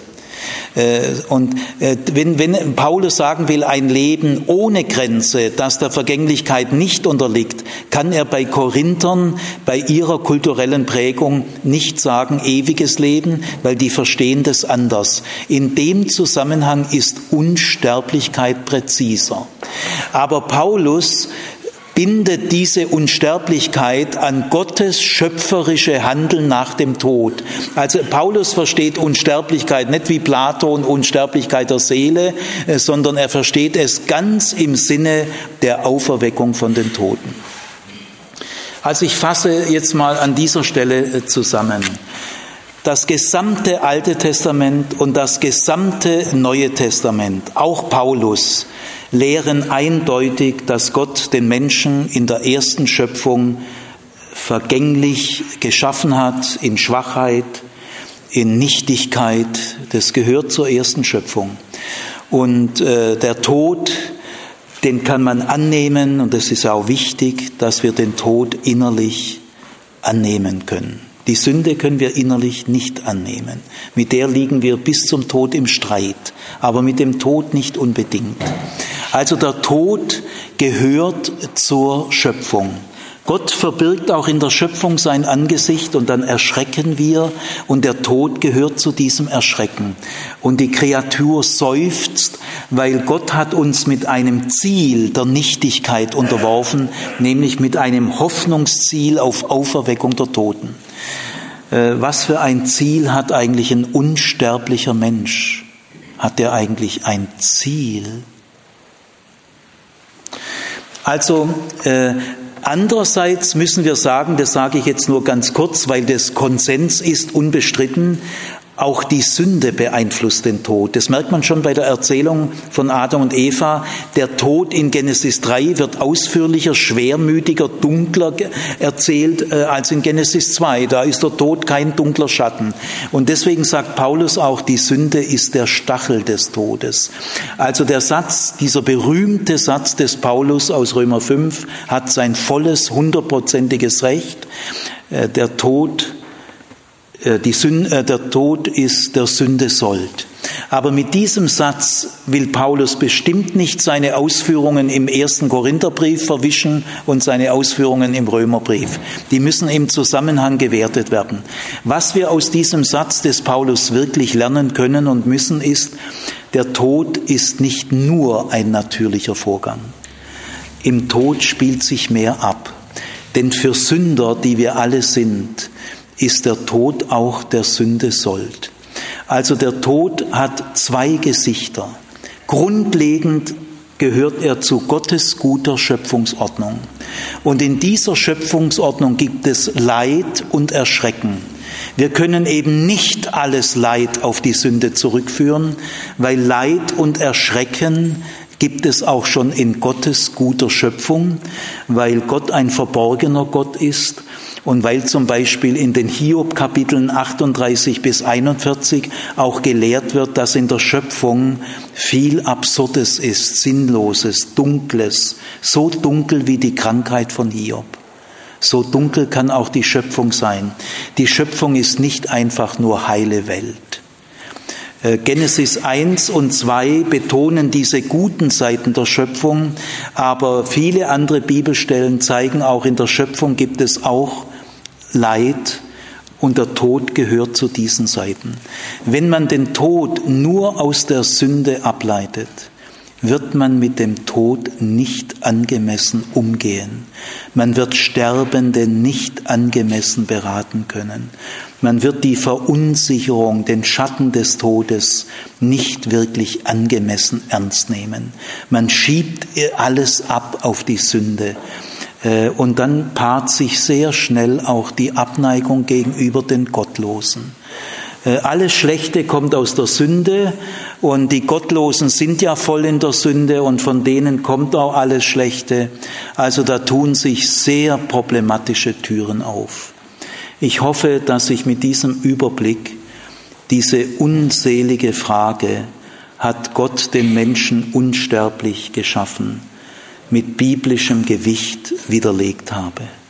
Und wenn, wenn Paulus sagen will, ein Leben ohne Grenze, das der Vergänglichkeit nicht unterliegt, kann er bei Korinthern, bei ihrer kulturellen Prägung nicht sagen ewiges Leben, weil die verstehen das anders. In dem Zusammenhang ist Unsterblichkeit präziser. Aber Paulus bindet diese Unsterblichkeit an Gottes schöpferische Handeln nach dem Tod. Also Paulus versteht Unsterblichkeit nicht wie Platon Unsterblichkeit der Seele, sondern er versteht es ganz im Sinne der Auferweckung von den Toten. Also ich fasse jetzt mal an dieser Stelle zusammen. Das gesamte Alte Testament und das gesamte Neue Testament, auch Paulus, lehren eindeutig, dass Gott den Menschen in der ersten Schöpfung vergänglich geschaffen hat, in Schwachheit, in Nichtigkeit. Das gehört zur ersten Schöpfung. Und äh, der Tod, den kann man annehmen, und es ist auch wichtig, dass wir den Tod innerlich annehmen können. Die Sünde können wir innerlich nicht annehmen. Mit der liegen wir bis zum Tod im Streit, aber mit dem Tod nicht unbedingt. Also der Tod gehört zur Schöpfung. Gott verbirgt auch in der Schöpfung sein Angesicht und dann erschrecken wir und der Tod gehört zu diesem Erschrecken. Und die Kreatur seufzt, weil Gott hat uns mit einem Ziel der Nichtigkeit unterworfen, nämlich mit einem Hoffnungsziel auf Auferweckung der Toten. Was für ein Ziel hat eigentlich ein unsterblicher Mensch? Hat er eigentlich ein Ziel? Also äh, andererseits müssen wir sagen, das sage ich jetzt nur ganz kurz, weil das Konsens ist, unbestritten, auch die Sünde beeinflusst den Tod. Das merkt man schon bei der Erzählung von Adam und Eva. Der Tod in Genesis drei wird ausführlicher, schwermütiger, dunkler erzählt äh, als in Genesis zwei. Da ist der Tod kein dunkler Schatten. Und deswegen sagt Paulus auch, die Sünde ist der Stachel des Todes. Also der Satz, dieser berühmte Satz des Paulus aus Römer fünf hat sein volles, hundertprozentiges Recht. Äh, der Tod Die Sünde, der Tod ist der Sünde Sold. Aber mit diesem Satz will Paulus bestimmt nicht seine Ausführungen im ersten Korintherbrief verwischen und seine Ausführungen im Römerbrief. Die müssen im Zusammenhang gewertet werden. Was wir aus diesem Satz des Paulus wirklich lernen können und müssen, ist, der Tod ist nicht nur ein natürlicher Vorgang. Im Tod spielt sich mehr ab. Denn für Sünder, die wir alle sind, ist der Tod auch der Sünde Sold. Also der Tod hat zwei Gesichter. Grundlegend gehört er zu Gottes guter Schöpfungsordnung. Und in dieser Schöpfungsordnung gibt es Leid und Erschrecken. Wir können eben nicht alles Leid auf die Sünde zurückführen, weil Leid und Erschrecken gibt es auch schon in Gottes guter Schöpfung, weil Gott ein verborgener Gott ist und weil zum Beispiel in den Hiob-Kapiteln achtunddreißig bis einundvierzig auch gelehrt wird, dass in der Schöpfung viel Absurdes ist, Sinnloses, Dunkles, so dunkel wie die Krankheit von Hiob. So dunkel kann auch die Schöpfung sein. Die Schöpfung ist nicht einfach nur heile Welt. Genesis eins und zwei betonen diese guten Seiten der Schöpfung, aber viele andere Bibelstellen zeigen auch, in der Schöpfung gibt es auch Leid und der Tod gehört zu diesen Seiten. Wenn man den Tod nur aus der Sünde ableitet, wird man mit dem Tod nicht angemessen umgehen. Man wird Sterbende nicht angemessen beraten können. Man wird die Verunsicherung, den Schatten des Todes nicht wirklich angemessen ernst nehmen. Man schiebt alles ab auf die Sünde. Und dann paart sich sehr schnell auch die Abneigung gegenüber den Gottlosen. Alles Schlechte kommt aus der Sünde und die Gottlosen sind ja voll in der Sünde und von denen kommt auch alles Schlechte. Also da tun sich sehr problematische Türen auf. Ich hoffe, dass ich mit diesem Überblick diese unselige Frage, hat Gott den Menschen unsterblich geschaffen, mit biblischem Gewicht widerlegt habe.